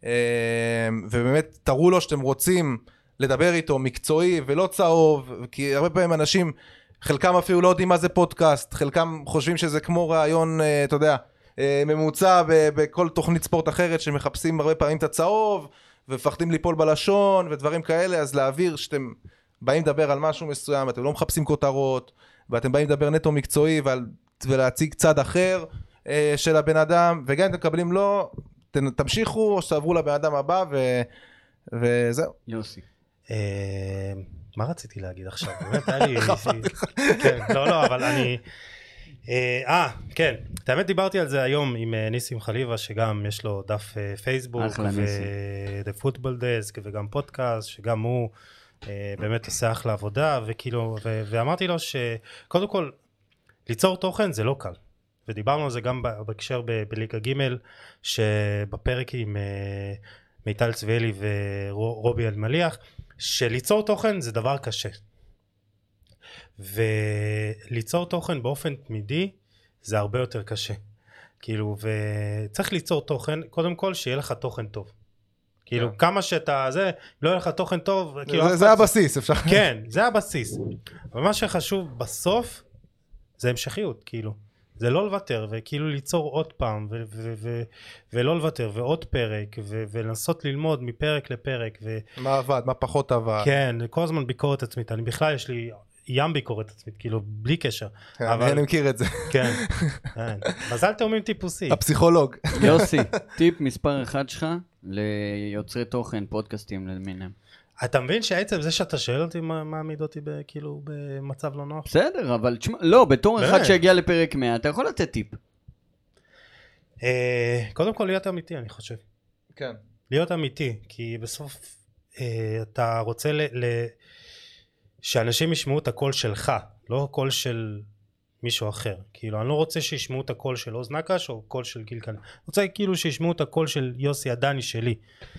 ובאמת תראו לו שאתם רוצים לדבר איתו מקצועי ולא צהוב, כי הרבה פעמים אנשים, חלקם אפילו לא יודעים מה זה פודקאסט, חלקם חושבים שזה כמו רעיון, אתה יודע, ממוצע בכל תוכנית ספורט אחרת שמחפשים הרבה פעמים את הצהוב ומפחדים ליפול בלשון ודברים כאלה, אז להעביר שאתם באים לדבר על משהו מסוים, אתם לא מחפשים כותרות ואתם באים לדבר נטו מקצועי ולהציג צד אחר של הבן אדם, וגם אם אתם מקבלים לא, תמשיכו או שתעברו לבן אדם הבא וזהו. יוסי. מה רציתי להגיד עכשיו? באמת היה לי... כן, לא, אבל אני... כן, את האמת דיברתי על זה היום עם ניסים חליבה, שגם יש לו דף פייסבוק ו-The Football Desk וגם פודקאסט, שגם הוא באמת עושה אחלה עבודה, וכאילו, ואמרתי לו שקודם כל ליצור תוכן זה לא קל, ודיברנו על זה גם בהקשר בליגה ג' שבפרק עם מיטל צביאלי ורובי אלמליח, שליצור תוכן זה דבר קשה, וליצור תוכן באופן תמידי זה הרבה יותר קשה, כאילו, וצריך ליצור תוכן, קודם כל שיהיה לך תוכן טוב, כאילו כמה שאתה, זה, לא יהיה לך תוכן טוב, זה הבסיס, אפשר. כן, זה הבסיס, אבל מה שחשוב בסוף זה המשכיות, כאילו, זה לא לוותר, וכאילו ליצור עוד פעם, ולא לוותר, ועוד פרק, ולנסות ללמוד מפרק לפרק, מה עבד, מה פחות עבד. כן, כל הזמן ביקורת עצמית, אני בכלל יש לי ים ביקורת עצמית, כאילו בלי קשר. אני מכיר את זה. כן, מזל תאומים טיפוסי. הפסיכולוג. יוסי, טיפ מספר 1 שלך ליוצרי תוכן, פודקאסטים למיניהם. אתה מבין שעצם זה שאתה שואל אותי מה מעמיד אותי כאילו במצב לא נוח? בסדר, אבל תשמע, לא, בתור אחד שהגיע לפרק 100, אתה יכול לתת טיפ. קודם כל להיות אמיתי, אני חושב. כן. להיות אמיתי, כי בסוף אתה רוצה שאנשים ישמעו את הקול שלך, לא הקול של מישהו אחר. כאילו, אני לא רוצה שישמעו את הקול של עוז נקש או קול של גיל קנן. אני רוצה כאילו שישמעו את הקול של יוסי עדני שלי.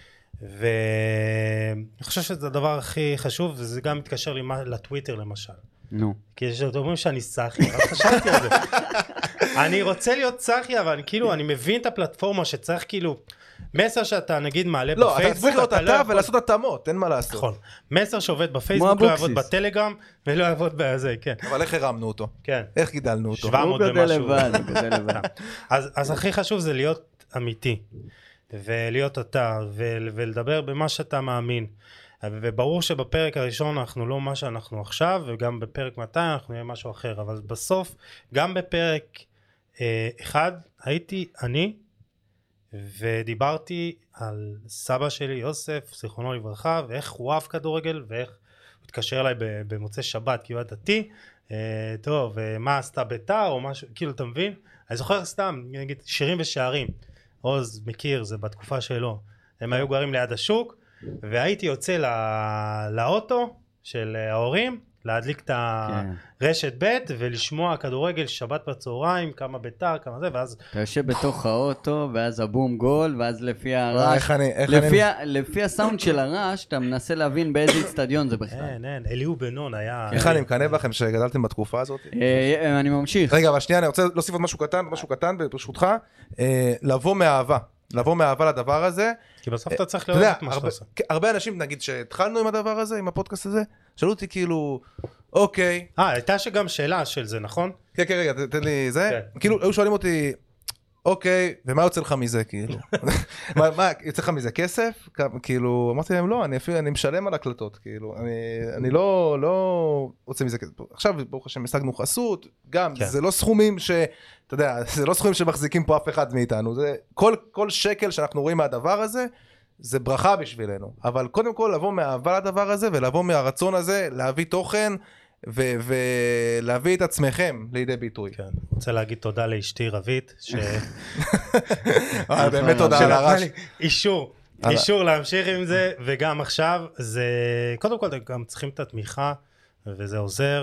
ואני חושב שזה הדבר הכי חשוב, וזה גם מתקשר לי לטוויטר למשל. נו. כי אתם אומרים שאני סחי, אבל חשבתי על זה. אני רוצה להיות סחי, אבל כאילו, אני מבין את הפלטפורמה שצריך כאילו, מסר שאתה נגיד מעלה בפייסבוק. לא, אתה צריך להיות אתה ולעשות התאמות, אין מה לעשות. נכון. מסר שעובד בפייסבוק, לא יעבוד בטלגרם, ולא יעבוד בזה, כן. אבל איך הרמנו אותו? כן. איך גידלנו אותו? 700 ומשהו. הוא ומשהו. גדל לבד. אז הכי חשוב זה להיות אמיתי. ולהיות אתה, ולדבר במה שאתה מאמין. וברור שבפרק הראשון אנחנו לא מה שאנחנו עכשיו, וגם בפרק 200 אנחנו נהיה משהו אחר, אבל בסוף, גם בפרק 1 הייתי אני, ודיברתי על סבא שלי יוסף, זיכרונו לברכה, ואיך הוא אהב כדורגל, ואיך הוא התקשר אליי במוצאי שבת, כי הוא היה דתי, טוב, מה עשתה ביתר, או משהו, כאילו, אתה מבין? אני זוכר סתם, נגיד, שירים ושערים, עוז מכיר, זה בתקופה שלו, הם היו גרים ליד השוק, והייתי יוצא לאוטו של ההורים, להדליק את הרשת ב' ולשמוע כדורגל שבת בצהריים, כמה ביתר, כמה זה, ואז... אתה יושב בתוך האוטו, ואז הבום גול, ואז לפי הרעש, לפי הסאונד של הרעש, אתה מנסה להבין באיזה אצטדיון זה בכלל. אין, אליהו בנון היה... איך אני מקנא בכם שגדלתם בתקופה הזאת? אני ממשיך. רגע, אבל שנייה, אני רוצה להוסיף עוד משהו קטן, ברשותך, לבוא מאהבה לדבר הזה. כי בסוף אתה צריך לראות את מה שאתה עושה. הרבה אנשים, נגיד, שהתחלנו עם הדבר הזה, עם הפודקאסט הזה, שאלו אותי כאילו, אוקיי. הייתה שגם שאלה של זה, נכון? כן, רגע, תן לי זה. כאילו, היו שואלים אותי, אוקיי, ומה יוצא לך מזה, כאילו? מה, יוצא לך מזה כסף? כאילו, אמרתי להם, לא, אני משלם על הקלטות, כאילו, אני לא רוצה מזה כסף. עכשיו, ברוך השם, השגנו חסות, גם, זה לא סכומים אתה יודע, זה לא סכומים שמחזיקים פה אף אחד מאיתנו, זה כל שקל שאנחנו רואים מהדבר הזה, זה ברכה בשבילנו, אבל קודם כל לבוא מאהבה לדבר הזה, ולבוא מהרצון הזה, להביא תוכן, ולהביא את עצמכם לידי ביטוי. כן, רוצה להגיד תודה לאשתי רבית, באמת תודה על הרש. אישור להמשיך עם זה, וגם עכשיו, זה, קודם כל, גם צריכים את התמיכה, וזה עוזר,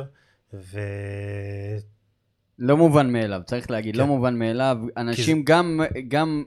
לא מובן מאליו, צריך להגיד, לא מובן מאליו, אנשים גם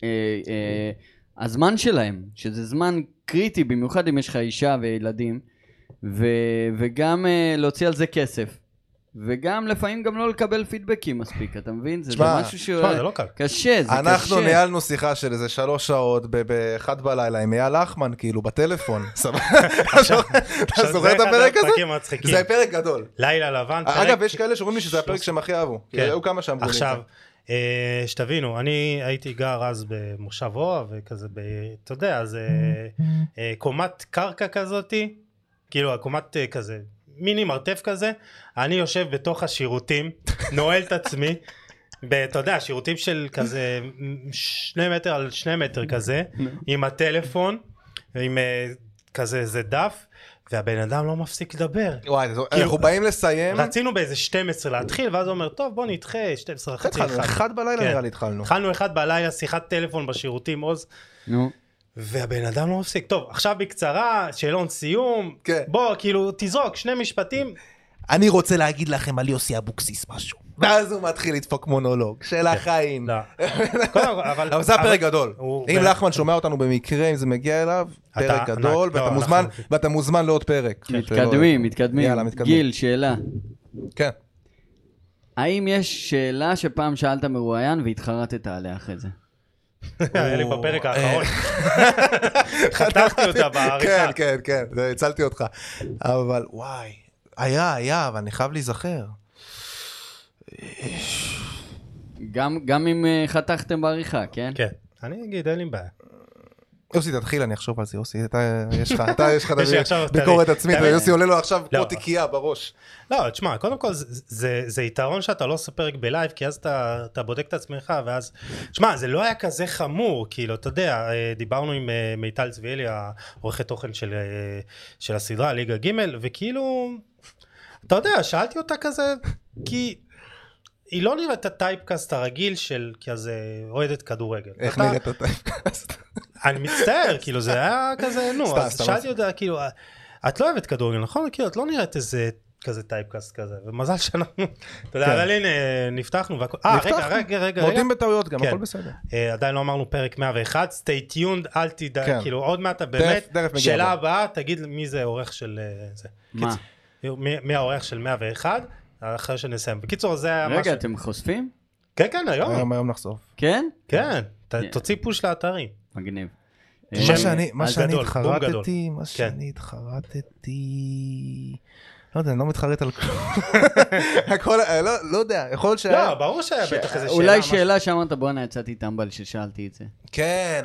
הזמן שלהם, שזה זמן קריטי, במיוחד אם יש לך אישה וילדים, וגם להוציא על זה כסף, וגם לפעמים גם לא לקבל פידבקים מספיק, אתה מבין? זה משהו שהוא קשה, זה קשה. אנחנו ניהלנו שיחה של איזה 3 שעות ב-1 בלילה עם אייל לחמן, כאילו בטלפון. אתה זוכר את הפרק הזה? זה הפרק גדול. לילה לבן. אגב, יש כאלה שאומרים לי שזה הפרק שהם הכי אהבו. היו כמה שאמרו לי את זה. עכשיו, שתבינו, אני הייתי גר אז במושב אוה, וכזה, אתה יודע, זה קומת קרקע כזאתי, כאילו הקומת כזה, מיני מרתף כזה, אני יושב בתוך השירותים, נועל את עצמי, אתה יודע, שירותים של כזה 2 מטר על 2 מטר כזה, עם הטלפון, עם כזה איזה דף, והבן אדם לא מפסיק לדבר. וואי, אנחנו באים לסיים. רצינו באיזה 12 להתחיל, ואז הוא אומר, טוב בוא נדחה, 12 חצי 1 בלילה נראה לי התחלנו. התחלנו 1 בלילה, שיחת טלפון בשירותים, עוז. נו. והבן אדם לא מפסיק. טוב, עכשיו בקצרה, שאלון סיום. בוא, כאילו, תזרוק 2 משפטים. אני רוצה להגיד לכם על יוסי אבוקסיס משהו. ואז הוא מתחיל לדפוק מונולוג של החיים. אבל זה הפרק גדול. אם לחמן שומע אותנו במקרה, אם זה מגיע אליו, פרק גדול, ואתה מוזמן לעוד פרק. מתקדמים. גיל, שאלה. כן. האם יש שאלה שפעם שאלת מרואיין והתחרטת עליה אחרי זה? היה לי בפרק האחרון. חתכתי אותה בעריכה. כן, הצלתי אותך. אבל וואי, היה, אבל אני חייב להיזכר. גם אם חתכתם בעריכה, כן? כן, אני אגיד, אין לי בעיה. יוסי, תתחיל, אני אחשוב על זה, יוסי, יש לך ביקורת עצמית, ויוסי עולה לו עכשיו כמו תיקייה בראש. לא, תשמע, קודם כל, זה יתרון שאתה לא עושה פרק בלייב, כי אז אתה בודק את עצמך, ואז, תשמע, זה לא היה כזה חמור, כאילו, אתה יודע, דיברנו עם מיטל צביאלי, העורכת תוכן של הסדרה, ליגה ג', וכאילו, אתה יודע, שאלתי אותה כזה, כי היא לא נראית את הטייפקאסט הרגיל של כזה אוהדת כדורגל. איך נראית את הטייפקאסט? אני מצטער, כאילו זה היה כזה, נו, אז שאלתי אותה, כאילו, את לא אוהבת כדורגל, נכון? כאילו, את לא נראית איזה כזה טייפקאסט כזה, ומזל שאנחנו, אתה יודע, אבל הנה, נפתחנו, רגע. מודים בטעויות גם, הכל בסדר. עדיין לא אמרנו פרק 101, stay tuned, אל תדע, כאילו, עוד מעט, באמת, שאלה הבאה, תגיד מי זה העורך של זה. מה? מי העורך של 101? אחרי שנסיים. בקיצור, זה היה משהו. רגע, אתם חושפים? כן, היום נחשוף. כן? כן, תוציא פוש לאתרים. מגניב. מה שאני התחרטתי, לא יודע, אני לא מתחרט על כלום. לא יודע, יכול להיות שהיה. לא, ברור שהיה בטח איזה שאלה. אולי שאלה שאמרת, בואנה, יצאתי טמבל ששאלתי את זה. כן,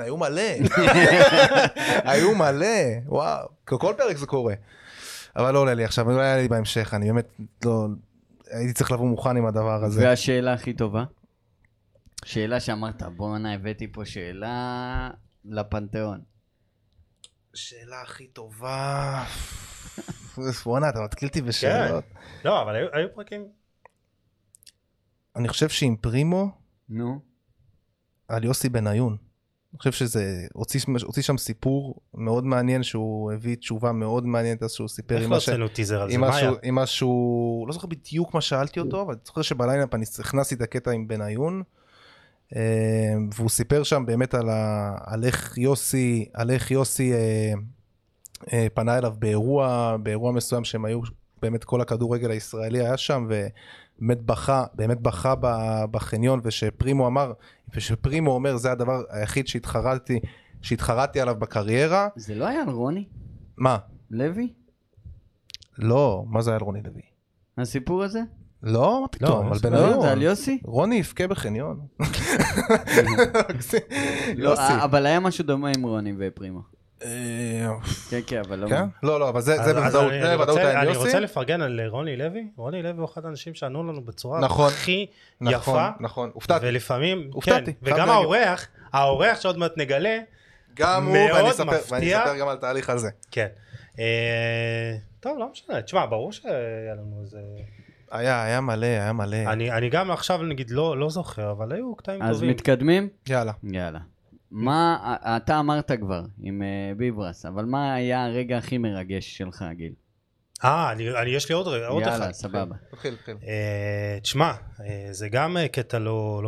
היו מלא, וואו, כל פרק זה קורה. אבל לא עולה לי עכשיו, לא היה לי בהמשך, אני באמת לא, הייתי צריך לבוא מוכן עם הדבר הזה. והשאלה הכי טובה? שאלה שאמרת, בואנה, הבאתי פה שאלה לפנתיאון. שאלה הכי טובה, בואנה, אתה מתקיל אותי בשאלות. לא, אבל היו פרקים. אני חושב שעם פרימו, על יוסי בניון. אני חושב שזה, הוציא שם סיפור מאוד מעניין, שהוא הביא תשובה מאוד מעניינת, אז שהוא סיפר איך לא עשינו טיזר על זה, מה היה? עם משהו, לא זוכר בדיוק מה שאלתי אותו, אבל אני זוכר שבליינאפ אני הכנסתי את הקטע עם בניון, והוא סיפר שם באמת על איך יוסי פנה אליו באירוע מסוים, שהם היו, באמת כל הכדורגל הישראלי היה שם, באמת בכה בחניון, ושפרימו אומר, זה הדבר היחיד שהתחרטתי עליו בקריירה. זה לא היה על רוני? מה? לוי? לא, מה זה היה על רוני לוי? הסיפור הזה? לא, מה פתאום, על בניון. לא, זה על יוסי? רוני יפקה בחניון. אבל היה משהו דומה עם רוני ופרימה. כן, אבל לא. לא, אבל זה בוודאות היה אני יוסי. רוצה לפרגן על רוני לוי. רוני לוי הוא אחד האנשים שענו לנו בצורה הכי נכון, יפה. נכון, הופתעתי. ולפעמים, הופתעתי. וגם האורח שעוד מעט נגלה, גם הוא, ואני אספר גם על תהליך הזה. כן. טוב, לא משנה. תשמע, ברור שהיה לנו איזה... היה מלא. אני גם עכשיו נגיד לא זוכר, אבל היו קטעים טובים. אז מתקדמים? יאללה. מה, אתה אמרת כבר עם ביברס, אבל מה היה הרגע הכי מרגש שלך, גיל? יש לי עוד אחד. יאללה, סבבה. תתחיל. תשמע, זה גם קטע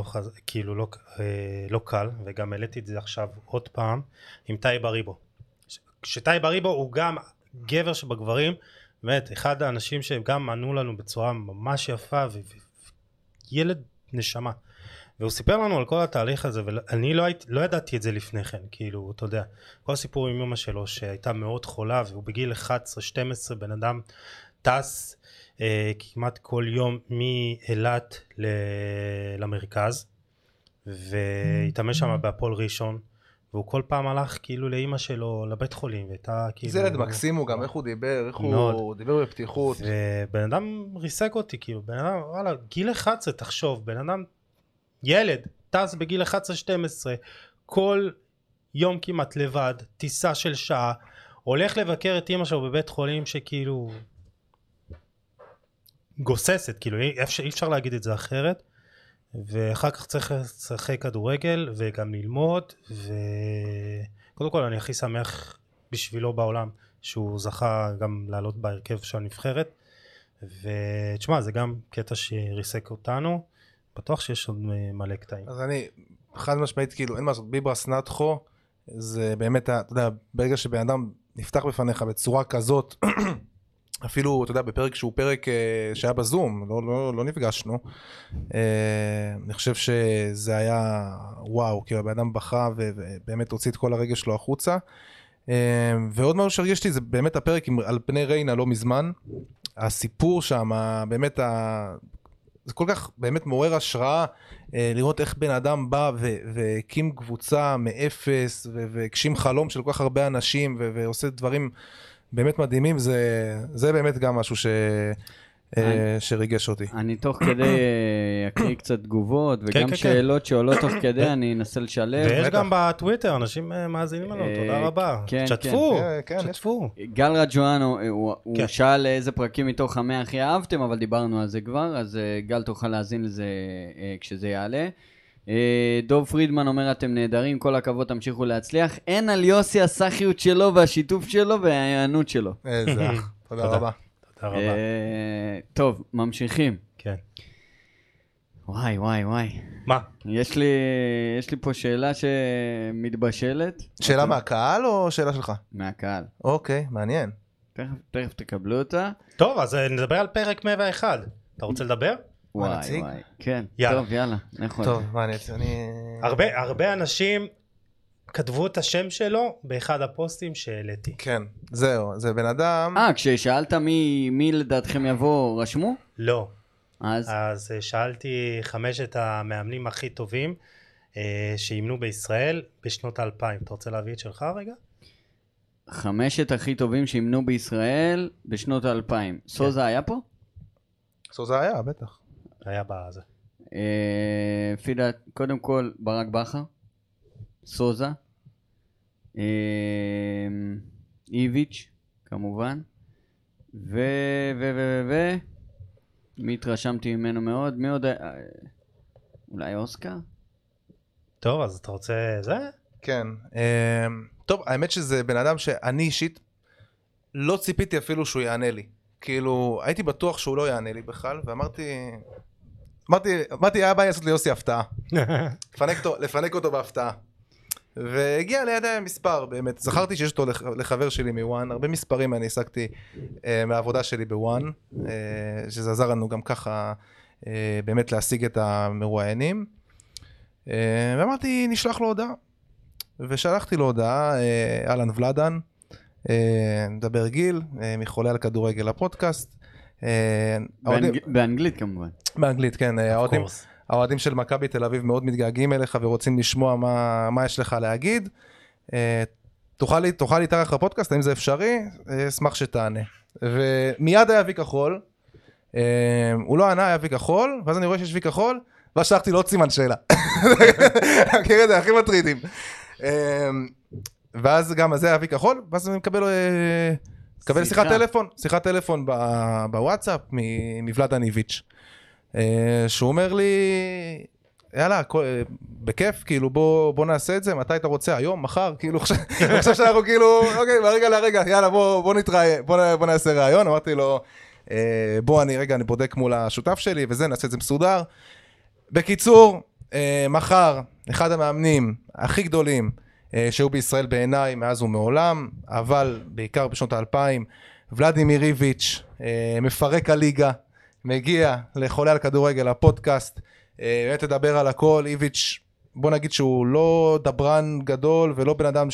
לא קל, וגם העליתי את זה עכשיו עוד פעם, עם טאי בריבו. שטאי בריבו הוא גם גבר שבגברים, באמת, אחד האנשים שהם גם ענו לנו בצורה ממש יפה, וילד נשמה. והוא סיפר לנו על כל התהליך הזה, ואני לא ידעתי את זה לפני כן, כאילו, אתה יודע, כל הסיפור עם אמא שלו שהייתה מאוד חולה, והוא בגיל 11-12 בן אדם טס כמעט כל יום מאילת למרכז, והתאמש שם בהפועל ראשון, והוא כל פעם הלך כאילו לאמא שלו לבית חולים, והייתה כאילו... זה ילד מקסים הוא גם, איך הוא דיבר, הוא דיבר בפתיחות. ובן אדם ריסק אותי, כאילו, בן אדם, וואלה, גיל 11, תחשוב, בן אדם, ילד, טס בגיל 11-12, כל יום כמעט לבד, טיסה של שעה, הולך לבקר את אמא שלו בבית חולים שכאילו גוססת, כאילו אי אפשר להגיד את זה אחרת, ואחר כך צריך לשחק כדורגל וגם ללמוד, וקודם כל אני הכי שמח בשבילו בעולם שהוא זכה גם לעלות בהרכב של הנבחרת, ותשמע, זה גם קטע שריסק אותנו, בטוח שיש עוד מלא קטעים. אז אני חד משמעית, כאילו אין מה לעשות, ביברס נתחו, זה באמת, אתה יודע, ברגע שבן אדם נפתח בפניך בצורה כזאת, אפילו, אתה יודע, בפרק שהוא פרק שהיה בזום, לא נפגשנו, אני חושב שזה היה וואו, כאילו הבן אדם בכה ובאמת הוציא את כל הרגש שלו החוצה, ועוד משהו שהרגשתי זה באמת הפרק על פני ריינה לא מזמן, הסיפור שם, באמת זה כל כך באמת מעורר השראה לראות איך בן אדם בא והקים קבוצה מאפס והגשים חלום של כל כך הרבה אנשים ועושה דברים באמת מדהימים, זה באמת גם משהו שריגש אותי. אני תוך כדי אקריא קצת תגובות וגם שאלות שעולות תוך כדי אני אנסה לשלב. ויש גם בטוויטר אנשים מאזינים לנו, תודה רבה. שתפו. גל רג'ואן הוא שאל איזה פרקים מתוך 100 הכי אהבתם, אבל דיברנו על זה כבר, אז גל תוכל להאזין לזה כשזה יעלה. דוב פרידמן אומר אתם נהדרים, כל הכבוד, תמשיכו להצליח. אין על יוסי הסחיות שלו והשיתוף שלו וההיענות שלו. איזה אח, תודה רבה. טוב, ממשיכים. כן. וואי. מה? יש לי פה שאלה שמתבשלת. שאלה מהקהל או שאלה שלך? מהקהל. אוקיי, מעניין. תכף תקבלו אותה. טוב, אז נדבר על פרק 101. אתה רוצה לדבר? וואי. כן, טוב, יאללה. טוב, מה אני... הרבה אנשים כתבו את השם שלו באחד הפוסטים שהעליתי. כן, זהו, זה בן אדם... כששאלת מי לדעתכם יבוא, רשמו? לא. אז שאלתי 5 המאמנים הכי טובים שאימנו בישראל בשנות 2000. אתה רוצה להביא את שלך רגע? 5 הכי טובים שאימנו בישראל בשנות 2000. סוזה היה פה? סוזה היה, בטח. היה בזה. פידה, קודם כל ברק בכר, סוזה, איביץ' כמובן, מי התרשמתי ממנו מאוד, מי עוד, אולי אוסקר? טוב, אז אתה רוצה זה? כן, טוב, האמת שזה בן אדם שאני אישית לא ציפיתי אפילו שהוא יענה לי, כאילו הייתי בטוח שהוא לא יענה לי בכלל, ואמרתי היה בעיה לעשות ליוסי הפתעה, לפנק אותו בהפתעה, והגיע לידי מספר, באמת, זכרתי שיש אותו לחבר שלי מוואן, הרבה מספרים אני עסקתי מהעבודה שלי בוואן, שזה עזר לנו גם ככה באמת להשיג את המרואיינים, ואמרתי נשלח לו הודעה, ושלחתי לו הודעה, אלן ולדן, מדבר גיל, מחולה על כדורגל הפודקאסט, באנגלית כמובן. באנגלית, כן. האוהדים של מכבי תל אביב מאוד מתגעגעים אליך ורוצים לשמוע מה יש לך להגיד. תוכל להתארח בפודקאסט, האם זה אפשרי? אשמח שתענה. ומיד היה וי כחול, הוא לא ענה, היה וי כחול, ואז אני רואה שיש וי כחול, ואז שלחתי לו עוד סימן שאלה. מכיר את זה, הכי מטרידים. ואז גם זה היה וי כחול, ואז אני מקבל שיחת טלפון בוואטסאפ מוולד דניביץ', שהוא אומר לי, יאללה, בכיף, כאילו בוא נעשה את זה, מתי אתה רוצה, היום, מחר, כאילו, עכשיו שאנחנו כאילו, אוקיי, מהרגע להרגע, יאללה, בוא נתראה, בוא נעשה רעיון, אמרתי לו, בוא אני בודק מול השותף שלי, וזה, נעשה את זה מסודר. בקיצור, מחר, אחד המאמנים הכי גדולים, שהיו בישראל בעיניי מאז ומעולם, אבל בעיקר בשנות ה-2000, ולדימיר איביץ', מפרק הליגה, מגיע לחולה על כדורגל, הפודקאסט, באמת תדבר על הכל. איביץ', בוא נגיד שהוא לא דברן גדול, ולא בן אדם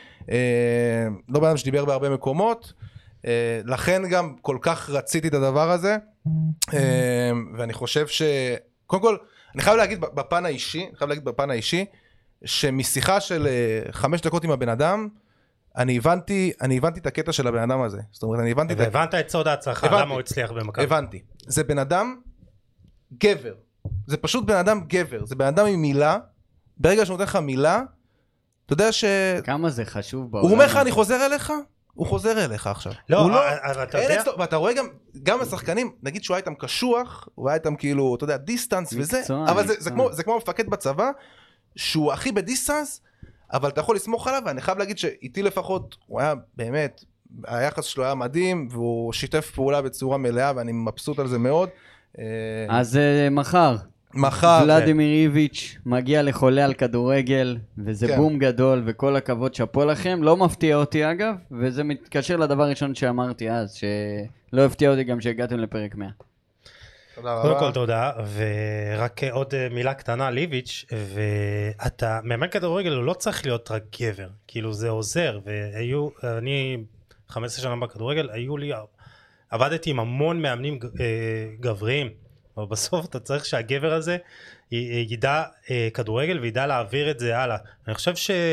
שדיבר בהרבה מקומות, לכן גם כל כך רציתי את הדבר הזה, ואני חושב קודם כל, אני חייב להגיד בפן האישי, שמשיחה של 5 דקות עם הבן אדם, אני הבנתי את הקטע של הבן אדם הזה. זאת אומרת, הבנת את סוד ההצלחה, למה הוא הצליח במכבי. הבנתי. זה בן אדם גבר. זה פשוט בן אדם גבר. זה בן אדם עם מילה. ברגע שהוא נותן לך מילה, אתה יודע כמה זה חשוב בעולם. הוא אומר לך, אני חוזר אליך? הוא חוזר אליך עכשיו. לא, אתה יודע. ואתה רואה גם השחקנים, נגיד שהוא היה איתם קשוח, הוא היה איתם כאילו, אתה יודע, דיסטנס וזה, אבל זה כמו מפקד בצבא, שהוא הכי בדיסטנס, אבל אתה יכול לסמוך עליו, ואני חייב להגיד שאיתי לפחות, הוא היה באמת, היחס שלו היה מדהים, והוא שיתף פעולה בצורה מלאה, ואני מבסוט על זה מאוד. אז מחר. ולדימיר איביץ' מגיע לחולה על כדורגל, וזה בום גדול, וכל הכבוד שפו לכם. לא מפתיע אותי אגב, וזה מתקשר לדבר הראשון שאמרתי אז, שלא הפתיע אותי גם שהגעתם לפרק 100. קודם כל תודה, ורק עוד מילה קטנה על איביץ', ואתה, מאמן כדורגל הוא לא צריך להיות רק גבר, כאילו זה עוזר, ואני 15 שנה בכדורגל, עבדתי עם המון מאמנים גבריים, אבל בסוף אתה צריך שהגבר הזה ידע כדורגל וידע להעביר את זה הלאה. אני חושב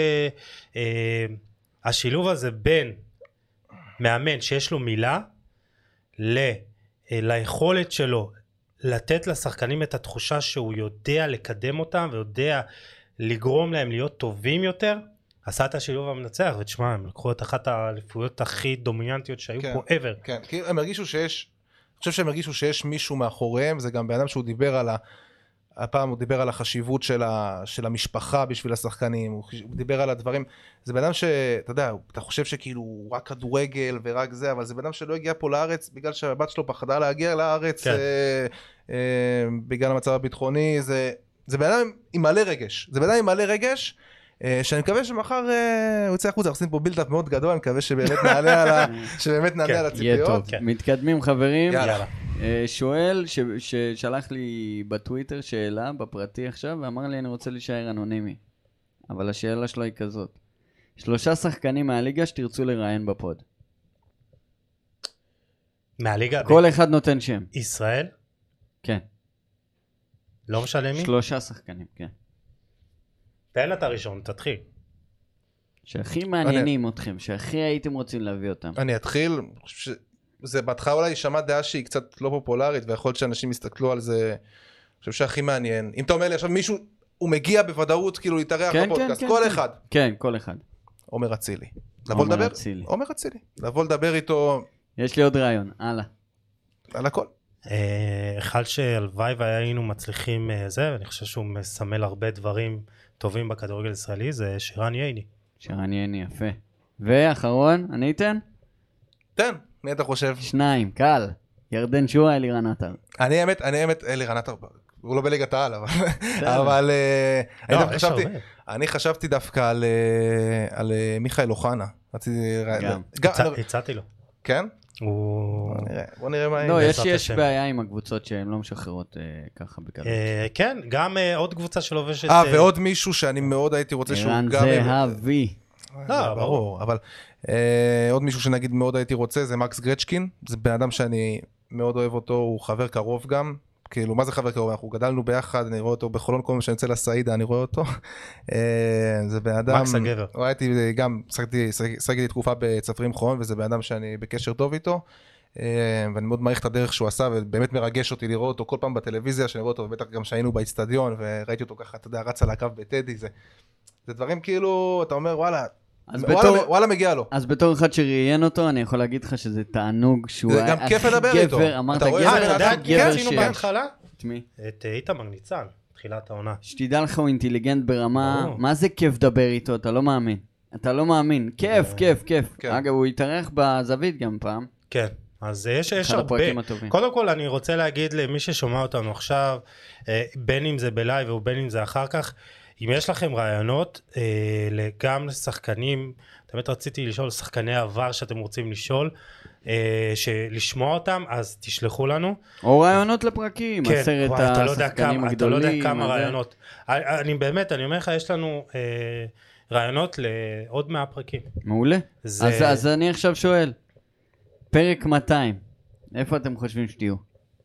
שהשילוב הזה בין מאמן שיש לו מילה ליכולת שלו לתת לשחקנים את התחושה שהוא יודע לקדם אותם ויודע לגרום להם להיות טובים יותר, עשה את השילוב המנצח. ותשמע, הם לקחו את אחת האליפויות הכי דומיננטיות שהיו פה ever. כן, כי הם הרגישו שיש, אני חושב שהם הרגישו שיש מישהו מאחוריהם. זה גם באדם שהוא דיבר על הפעם הוא דיבר על החשיבות של המשפחה בשביל השחקנים, הוא דיבר על הדברים. זה באדם שאתה יודע, אתה חושב שכאילו הוא רק כדורגל ורק זה, אבל זה באדם שלא הגיע פה לארץ בגלל שהבת שלו פחדה להגיע לארץ, כן. בגלל המצב הביטחוני. זה באדם עם מלא רגש, שאני מקווה שמחר הוא יצא החוצה. אנחנו עושים פה בילדאפ מאוד גדול, אני מקווה שבאמת נעלה על הציפיות. מתקדמים חברים. שואל ששלח לי בטוויטר שאלה בפרטי עכשיו, ואמר לי אני רוצה להישאר אנונימי, אבל השאלה שלו היא כזאת: 3 שחקנים מהליגה שתרצו לראיין בפוד. מהליגה? כל אחד נותן שם. ישראל? כן. לא משנה מי? 3 שחקנים, כן. תן אתה ראשון, תתחיל. שהכי מעניינים אתכם, שהכי הייתם רוצים להביא אותם. אני אתחיל. זה בהתחלה אולי יישמע דעה שהיא קצת לא פופולרית, ויכול להיות שאנשים יסתכלו על זה. אני חושב שהכי מעניין, אם אתה אומר לי עכשיו מישהו, הוא מגיע בוודאות כאילו להתארח בפודקאסט, כל אחד. כן, כל אחד. עומר אצילי. עומר אצילי. לבוא לדבר איתו. יש לי עוד רעיון, הלאה. על הכל. אחד שהלוואי והיינו מצליחים זה, ואני חושב שהוא מסמל הרבה דברים טובים בכדורגל הישראלי, זה שירן ייני. שירן ייני, יפה. ואחרון, אני אתן? תן. מי אתה חושב? 2, קל. ירדן שועה, אלירן עטר. אני האמת, אלירן עטר, הוא לא בליגת העל, אבל אני חשבתי דווקא על מיכאל אוחנה. הצעתי לו. כן? בוא נראה מה... לא, יש בעיה עם הקבוצות שהן לא משחררות ככה בקלות. כן, גם עוד קבוצה שלובשת... ועוד מישהו שאני מאוד הייתי רוצה שהוא גם... ערן זהבי. לא, ברור, אבל עוד מישהו שנגיד מאוד הייתי רוצה, זה מקס גרצ'קין. זה בן אדם שאני מאוד אוהב אותו, הוא חבר קרוב גם, כאילו, מה זה חבר קרוב? אנחנו גדלנו ביחד, אני רואה אותו בחולון, כל מה שאני יוצא לסעידה, אני רואה אותו. זה בן אדם... מקס הגבר. ראיתי גם, שחקתי תקופה בצפרים חולון, וזה בן אדם שאני בקשר טוב איתו, ואני מאוד מעריך את הדרך שהוא עשה, ובאמת מרגש אותי לראות אותו כל פעם בטלוויזיה, שאני רואה אותו, ובטח גם שהיינו באצטדיון, וראיתי אותו ככה, אתה יודע, רץ על הקו בטדי, זה דברים כאילו, אתה אומר, וואלה מגיע לו. אז בתור אחד שראיין אותו, אני יכול להגיד לך שזה תענוג שהוא זה גם כיף לדבר איתו. אמרת אתה רואה, גבר עשינו בהתחלה? את מי? את איתמר ניצן, תחילת העונה. שתדע לך, הוא אינטליגנט ברמה, מה זה כיף לדבר איתו? אתה לא מאמין. אתה לא מאמין. כיף. אגב, הוא התארח בזווית גם פעם. כן. אז יש הרבה. קודם כל אני רוצה להגיד למי ששומע אותנו עכשיו, בין אם זה בלייב או בין אם זה אחר כך, אם יש לכם רעיונות גם לשחקנים, באמת רציתי לשאול שחקני עבר שאתם רוצים לשאול, לשמוע אותם, אז תשלחו לנו. או רעיונות לפרקים, כן, הסרט השחקנים הגדולים. אתה לא יודע כמה רעיונות. אני באמת, אני אומר לך, יש לנו רעיונות לעוד 100 פרקים. מעולה. אז אני עכשיו שואל, פרק 200, איפה אתם חושבים שתהיו?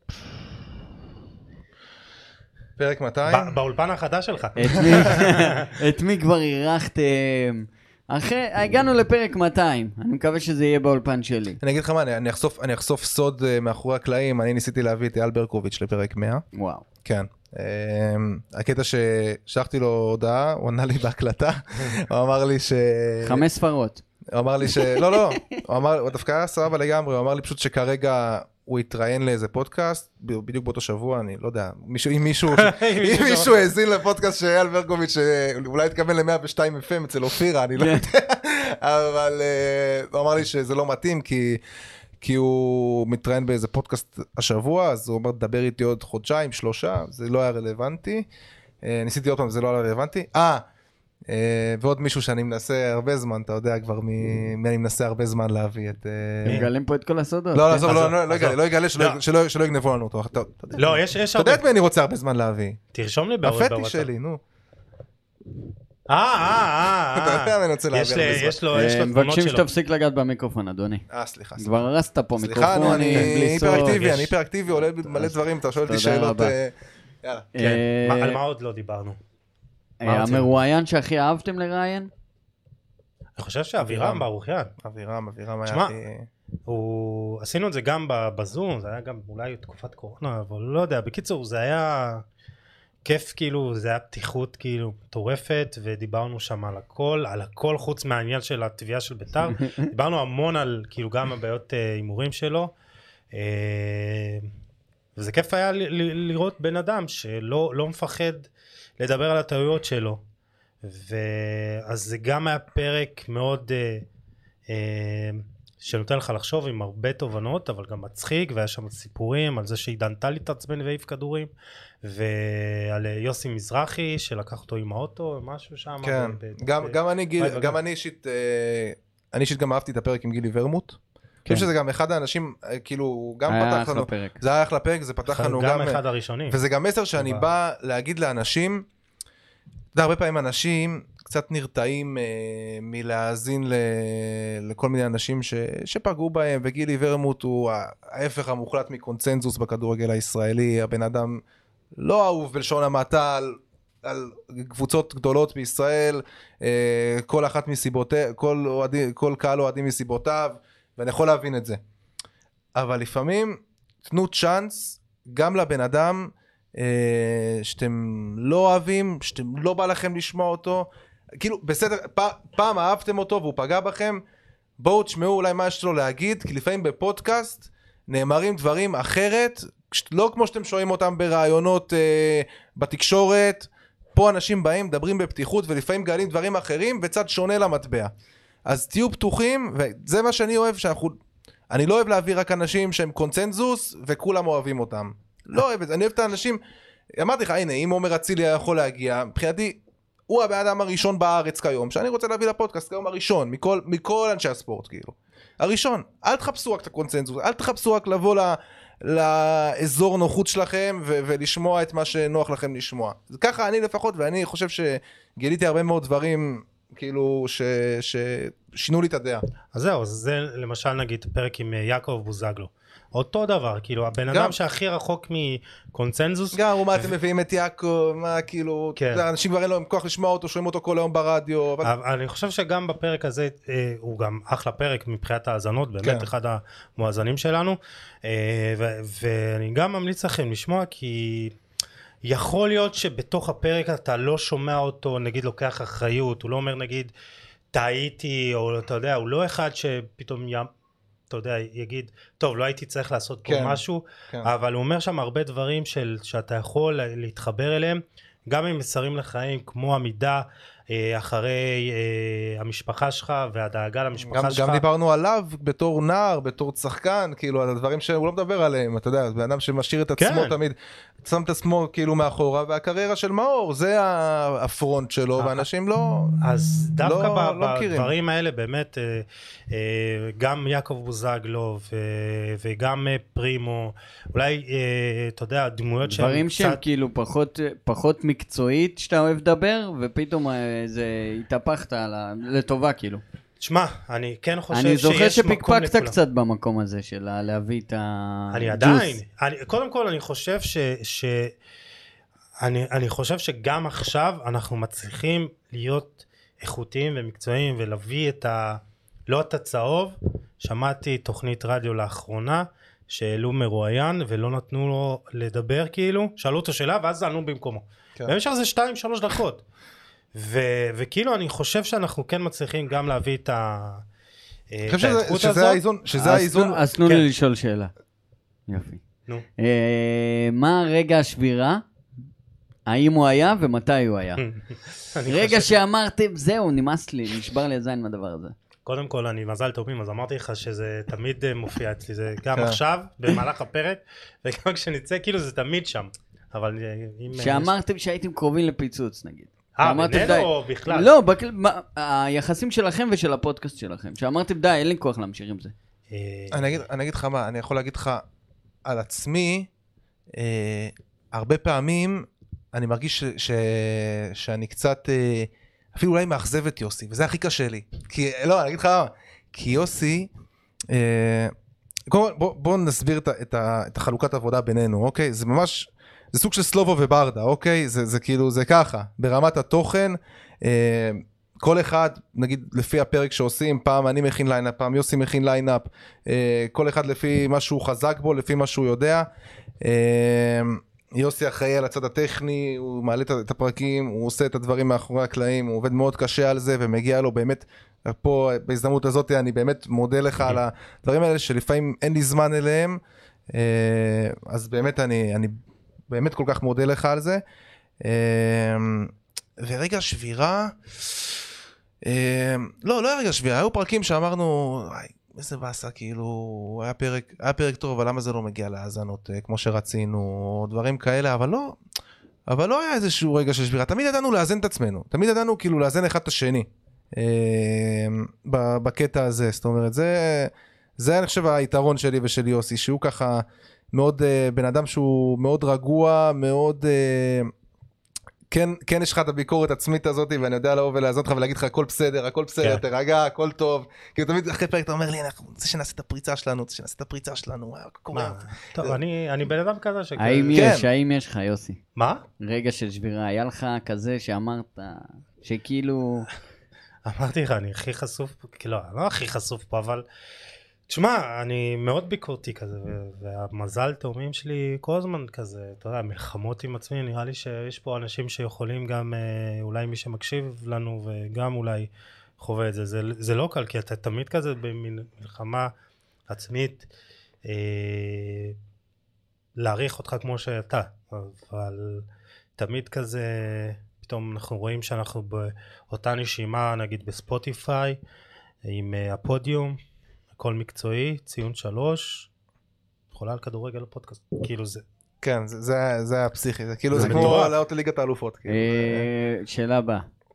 פרק 200? באולפן החדש שלך. את מי כבר אירחתם? הגענו לפרק 200, אני מקווה שזה יהיה באולפן שלי. אני אגיד לך מה, אני אחשוף סוד מאחורי הקלעים, אני ניסיתי להביא את אייל ברקוביץ' לפרק 100. וואו. כן. הקטע ששלחתי לו הודעה, הוא ענה לי בהקלטה, הוא אמר לי 5 ספרות. הוא אמר לי לא, הוא דווקא היה סבבה לגמרי, הוא אמר לי פשוט שכרגע הוא התראיין לאיזה פודקאסט, בדיוק באותו שבוע, אני לא יודע, אם מישהו האזין לפודקאסט של אייל ברקוביץ' שאולי התכוון ל-102 FM אצל אופירה, אני לא יודע, אבל הוא אמר לי שזה לא מתאים, כי הוא מתראיין באיזה פודקאסט השבוע, אז הוא אומר, דבר איתי עוד חודשיים, 3, זה לא היה רלוונטי, ניסיתי עוד פעם, זה לא היה רלוונטי, ועוד מישהו שאני מנסה הרבה זמן, אתה יודע כבר מי אני מנסה הרבה זמן להביא את... מגלים פה את כל הסודות. לא יגלה, שלא יגנבו לנו אותו. לא, יש הרבה. אתה יודע את מי אני רוצה הרבה זמן להביא? תרשום לי בוואטסאפ. הפטי שלי, נו. אתה יודע מה אני רוצה להביא הרבה זמן. יש לו תמונות שלו. מבקשים שתפסיק לגעת במיקרופון, אדוני. סליחה. כבר הרסת פה מיקרופון. סליחה, אני היפראקטיבי, עולה מלא דברים, אתה שואל אותי שאלות. על מה עוד לא דיברנו? המרואיין שהכי אהבתם לראיין? אני חושב שאבירם ברוכיאן. אבירם היה... תשמע, עשינו את זה גם בזום, זה היה גם אולי תקופת קורונה, אבל לא יודע, בקיצור זה היה כיף, כאילו זה היה פתיחות כאילו מטורפת, ודיברנו שם על הכל חוץ מהעניין של התביעה של ביתר, דיברנו המון על כאילו גם הבעיות הימורים שלו, וזה כיף היה לראות בן אדם שלא מפחד לדבר על הטעויות שלו, ואז זה גם היה פרק מאוד שנותן לך לחשוב עם הרבה תובנות, אבל גם מצחיק, והיה שם סיפורים על זה שעידן טלי תעצבן והעיף כדורים, ועל יוסי מזרחי שלקח אותו עם האוטו, משהו שם. כן, גם אני אישית גם אהבתי את הפרק עם גילי ורמוט. אני חושב שזה גם אחד האנשים, כאילו, גם פתח לנו, זה היה אחלה פרק, זה פתח לנו גם אחד הראשונים. וזה גם מסר שאני בא להגיד לאנשים, הרבה פעמים אנשים קצת נרתעים מלהאזין לכל מיני אנשים שפגעו בהם, וגילי ורמוט הוא ההפך המוחלט מקונצנזוס בכדורגל הישראלי, הבן אדם לא אהוב בלשון המעטה על קבוצות גדולות בישראל, כל אחת מסיבותיו, כל קהל אוהדים מסיבותיו, ואני יכול להבין את זה. אבל לפעמים תנו צ'אנס גם לבן אדם שאתם לא אוהבים, שאתם לא בא לכם לשמוע אותו, כאילו בסדר, פעם אהבתם אותו והוא פגע בכם, בואו תשמעו אולי מה יש לו להגיד, כי לפעמים בפודקאסט נאמרים דברים אחרת, לא כמו שאתם שומעים אותם ברעיונות בתקשורת, פה אנשים באים, מדברים בפתיחות ולפעמים גלים דברים אחרים וצד שונה למטבע. אז תהיו פתוחים, וזה מה שאני אוהב, אני לא אוהב להביא רק אנשים שהם קונצנזוס וכולם אוהבים אותם. לא אוהב את זה, אני אוהב את האנשים, אמרתי לך, הנה, אם עומר אצילי יכול להגיע, מבחינתי, הוא הבן אדם הראשון בארץ כיום, שאני רוצה להביא לפודקאסט כיום הראשון, מכל אנשי הספורט, כאילו. הראשון, אל תחפשו רק את הקונצנזוס, אל תחפשו רק לבוא לאזור נוחות שלכם, ולשמוע את מה שנוח לכם לשמוע. ככה אני לפחות, ואני חושב שגיליתי הרבה מאוד דברים כאילו ששינו לי את הדעה. אז זהו, זה למשל נגיד פרק עם יעקב בוזגלו. אותו דבר, כאילו הבן אדם שהכי רחוק מקונצנזוס. גם, ומה אתם מביאים את יעקב, מה כאילו, אנשים כבר אין להם כוח לשמוע אותו, שומעים אותו כל היום ברדיו. אני חושב שגם בפרק הזה, הוא גם אחלה פרק מבחינת האזנות, באמת אחד המואזנים שלנו, ואני גם ממליץ לכם לשמוע, כי יכול להיות שבתוך הפרק אתה לא שומע אותו, נגיד לוקח אחריות, הוא לא אומר נגיד, טעיתי, או אתה יודע, הוא לא אחד שפתאום אתה יודע, יגיד, טוב, לא הייתי צריך לעשות פה משהו, אבל הוא אומר שם הרבה דברים שאתה יכול להתחבר אליהם, גם עם מסרים לחיים, כמו עמידה אחרי המשפחה שלך, והדאגה למשפחה שלך. גם דיברנו עליו בתור נער, בתור צחקן, כאילו, הדברים שהוא לא מדבר עליהם, אתה יודע, בן אדם שמשאיר את עצמו תמיד, שם את עצמו כאילו מאחורה, והקריירה של מאור, זה הפרונט שלו, ואנשים לא אז דווקא בדברים האלה, באמת, גם יעקב בוזגלו, וגם פרימו, אולי, אתה יודע, דמויות שהם דברים שהם כאילו פחות מקצועית, שאתה אוהב לדבר, ופתאום זה התהפכת לטובה כאילו. תשמע, אני כן חושב אני זוכר שיש מקום לכולם. שפקפקת קצת במקום הזה של להביא את הג'וס. אני עדיין, קודם כל אני חושב אני חושב שגם עכשיו אנחנו מצליחים להיות איכותיים ומקצועיים ולהביא לא את הצהוב. שמעתי תוכנית רדיו לאחרונה שהעלו מרואיין ולא נתנו לו לדבר כאילו, שאלו אותו שאלה ואז ענו במקומו. במשך זה 2-3 דקות. וכאילו אני חושב שאנחנו כן מצליחים גם להביא את האיכות הזאת. שזה האיזון. אז תנו לי לשאול שאלה. יופי. מה רגע השבירה? האם הוא היה ומתי הוא היה? רגע שאמרתם, זהו, נמאס לי, נשבר לי הזין מהדבר הזה. קודם כל אני מזל טובים, אז אמרתי לך שזה תמיד מופיע אצלי, זה גם עכשיו, במהלך הפרק, וגם כשנצא, כאילו זה תמיד שם. אבל שאמרתם שהייתם קרובים לפיצוץ, נגיד. בינינו או בכלל? לא, היחסים שלכם ושל הפודקאסט שלכם. שאמרתם די, אין לי כוח להמשיך עם זה. אני אגיד לך מה, אני יכול להגיד לך על עצמי, הרבה פעמים אני מרגיש שאני קצת, אפילו אולי מאכזב את יוסי, וזה הכי קשה לי. לא, אני אגיד לך מה, כי יוסי, בואו נסביר את החלוקת העבודה בינינו, אוקיי? זה ממש, זה סוג של סלובו וברדה, אוקיי? זה כאילו, זה ככה, ברמת התוכן, כל אחד, נגיד לפי הפרק שעושים, פעם אני מכין ליינאפ, פעם יוסי מכין ליינאפ, כל אחד לפי מה שהוא חזק בו, לפי מה שהוא יודע. יוסי אחראי על הצד הטכני, הוא מעלה את הפרקים, הוא עושה את הדברים מאחורי הקלעים, הוא עובד מאוד קשה על זה, ומגיע לו באמת, פה בהזדמנות הזאת אני באמת מודה לך על הדברים האלה, שלפעמים אין לי זמן אליהם, אז באמת אני באמת כל כך מודה לך על זה. ורגע שבירה, לא היה רגע שבירה, היו פרקים שאמרנו, איזה בעשה, כאילו, היה פרק טוב, אבל למה זה לא מגיע להאזנות, כמו שרצינו, או דברים כאלה, אבל לא היה איזשהו רגע של שבירה, תמיד ידענו לאזן את עצמנו, תמיד ידענו כאילו לאזן אחד את השני, בקטע הזה, זאת אומרת, זה אני חושב היתרון שלי ושל יוסי, שהוא ככה מאוד, בן אדם שהוא מאוד רגוע, מאוד, כן יש לך את הביקורת עצמית הזאת, ואני יודע לבוא ולעזור לך ולהגיד לך, הכל בסדר, תרגע, הכל טוב. כאילו תמיד אחרי פרק אתה אומר לי, אנחנו רוצה שנעשה את הפריצה שלנו, טוב, אני בן אדם כזה שכאילו... האם יש לך, יוסי? מה? רגע של שבירה, היה לך כזה שאמרת, שכאילו... אמרתי לך, אני הכי חשוף, כאילו, לא הכי חשוף פה, אבל... תשמע, אני מאוד ביקורתי כזה, והמזל תאומים שלי כל הזמן כזה, אתה יודע, מלחמות עם עצמי, נראה לי שיש פה אנשים שיכולים גם, אולי מי שמקשיב לנו, וגם אולי חווה את זה, זה לא קל, כי אתה תמיד כזה במלחמה עצמית, להעריך אותך כמו שאתה, אבל תמיד כזה, פתאום אנחנו רואים שאנחנו באותה נשימה, נגיד בספוטיפיי, עם הפודיום, הכל מקצועי, ציון 3, יכולה על כדורגל לפודקאסט, כאילו זה. כן, זה הפסיכי, זה כאילו, זה כמו לעלות לליגת האלופות. שאלה הבאה.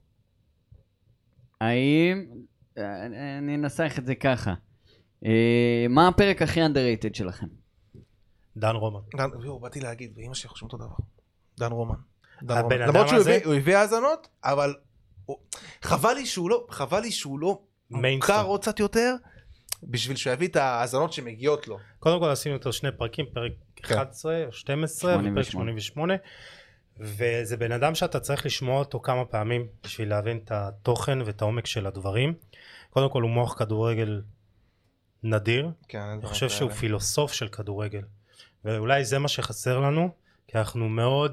האם, אני אנסח את זה ככה, מה הפרק הכי underrated שלכם? דן רומן. באתי להגיד, ואמא שלי חושבים אותו דבר. דן רומן. הבן אדם למרות הזה... שהוא הביא האזנות, אבל חבל לי שהוא לא מוכר עוד קצת יותר, בשביל שהוא יביא את ההאזנות שמגיעות לו. קודם כל עשינו אותו 2 פרקים, פרק 11 או 12 ופרק 88, וזה בן אדם שאתה צריך לשמוע אותו כמה פעמים בשביל להבין את התוכן ואת העומק של הדברים. קודם כל הוא מוח כדורגל נדיר, אני חושב שהוא פילוסוף של כדורגל, ואולי זה מה שחסר לנו, כי אנחנו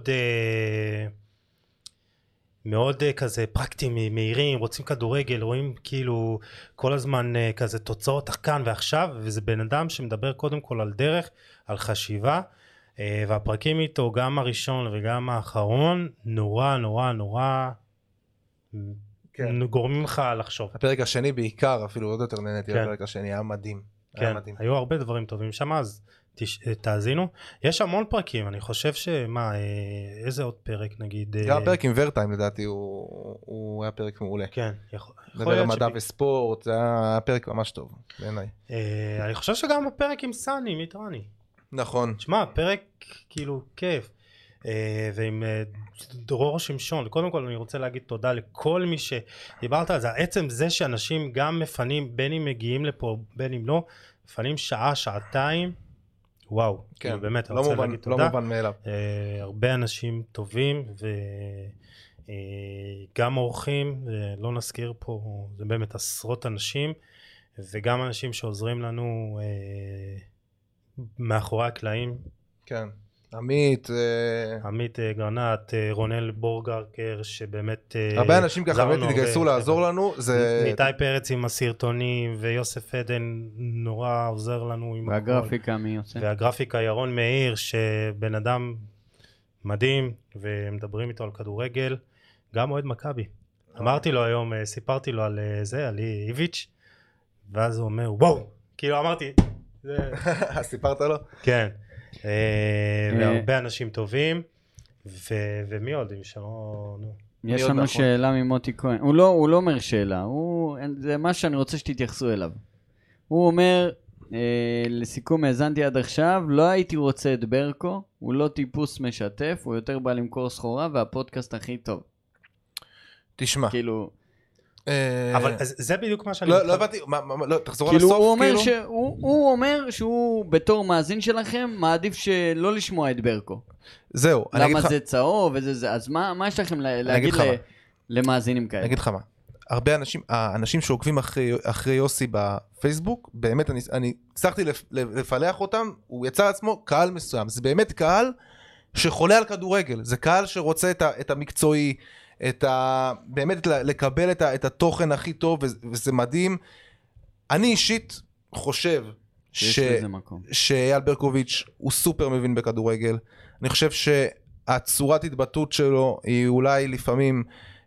מאוד כזה פרקטיים, מהירים, רוצים כדורגל, רואים כאילו כל הזמן כזה תוצאות כאן ועכשיו, וזה בן אדם שמדבר קודם כל על דרך, על חשיבה, והפרקים איתו, גם הראשון וגם האחרון, נורא גורמים לך לחשוב. הפרק השני בעיקר, אפילו עוד יותר נהניתי, הפרק השני היה מדהים. כן, היו הרבה דברים טובים שם, אז תאזינו. יש המון פרקים, אני חושב איזה עוד פרק נגיד? גם הפרק עם ורטיים לדעתי, הוא היה פרק מעולה. כן, דבר על מדע וספורט, זה היה פרק ממש טוב, בעיניי. אני חושב שגם הפרק עם סני, מיטרני. נכון. תשמע, פרק כאילו כיף. ועם דרור שמשון, קודם כל אני רוצה להגיד תודה לכל מי שדיברת על זה, עצם זה שאנשים גם מפנים, בין אם מגיעים לפה, בין אם לא, מפנים שעה, שעתיים, וואו, כן, כאילו באמת, אני רוצה להגיד תודה. לא מובן מאליו. הרבה אנשים טובים, וגם אורחים, לא נזכיר פה, זה באמת עשרות אנשים, וגם אנשים שעוזרים לנו מאחורי הקלעים. כן. עמית גרנט, רונל בורגרקר, שבאמת הרבה אנשים ככה באמת התגייסו לעזור לנו. ניתאי פרץ עם הסרטונים, ויוסף עדן נורא עוזר לנו עם והגרפיקה מי עושה? והגרפיקה ירון מאיר, שבן אדם מדהים, ומדברים איתו על כדורגל, גם אוהד מכבי. אמרתי לו היום, סיפרתי לו על זה, על איביץ', ואז הוא אומר, וואו, כאילו אמרתי, סיפרת לו? כן. והרבה אנשים טובים, ומי עוד? יש לנו שאלה ממוטי כהן. הוא לא אומר שאלה, זה מה שאני רוצה שתתייחסו אליו. הוא אומר, לסיכום, האזנתי עד עכשיו, לא הייתי רוצה את ברקו, הוא לא טיפוס משתף, הוא יותר בא למכור סחורה, והפודקאסט הכי טוב. תשמע. כאילו... אבל זה בדיוק מה שאני... לא הבנתי, תחזור על הסוף, כאילו. הוא אומר שהוא בתור מאזין שלכם מעדיף שלא לשמוע את ברקו. זהו. למה זה צהוב וזה, אז מה יש לכם להגיד למאזינים כאלה? אני אגיד לך מה, הרבה האנשים שעוקבים אחרי יוסי בפייסבוק, באמת אני הצלחתי לפלח אותם, הוא יצר עצמו קהל מסוים, זה באמת קהל שחולה על כדורגל, זה קהל שרוצה את המקצועי, באמת לקבל את התוכן הכי טוב, וזה מדהים. אני אישית חושב שאייל ברקוביץ' הוא סופר מבין בכדורגל. אני חושב שהצורת התבטאות שלו היא אולי לפעמים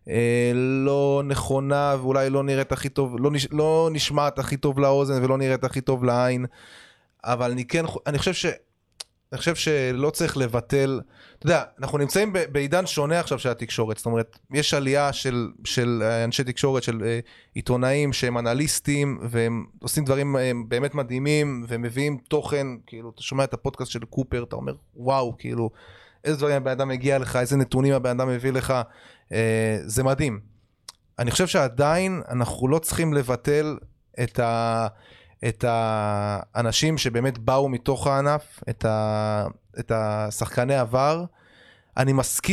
לא נכונה, ואולי לא נראית הכי טוב, לא נשמעת הכי טוב לאוזן ולא נראית הכי טוב לעין, אבל אני חושב שלא צריך לבטל, אתה יודע, אנחנו נמצאים בעידן שונה עכשיו של התקשורת, זאת אומרת, יש עלייה של אנשי תקשורת, של עיתונאים שהם אנליסטים, והם עושים דברים באמת מדהימים, ומביאים תוכן, כאילו, אתה שומע את הפודקאסט של קופר, אתה אומר, וואו, כאילו, איזה דברים הבן אדם מגיע לך, איזה נתונים הבן אדם מביא לך, זה מדהים. אני חושב שעדיין אנחנו לא צריכים לבטל את האנשים שבאמת באו מתוך הענף, את השחקני עבר. אני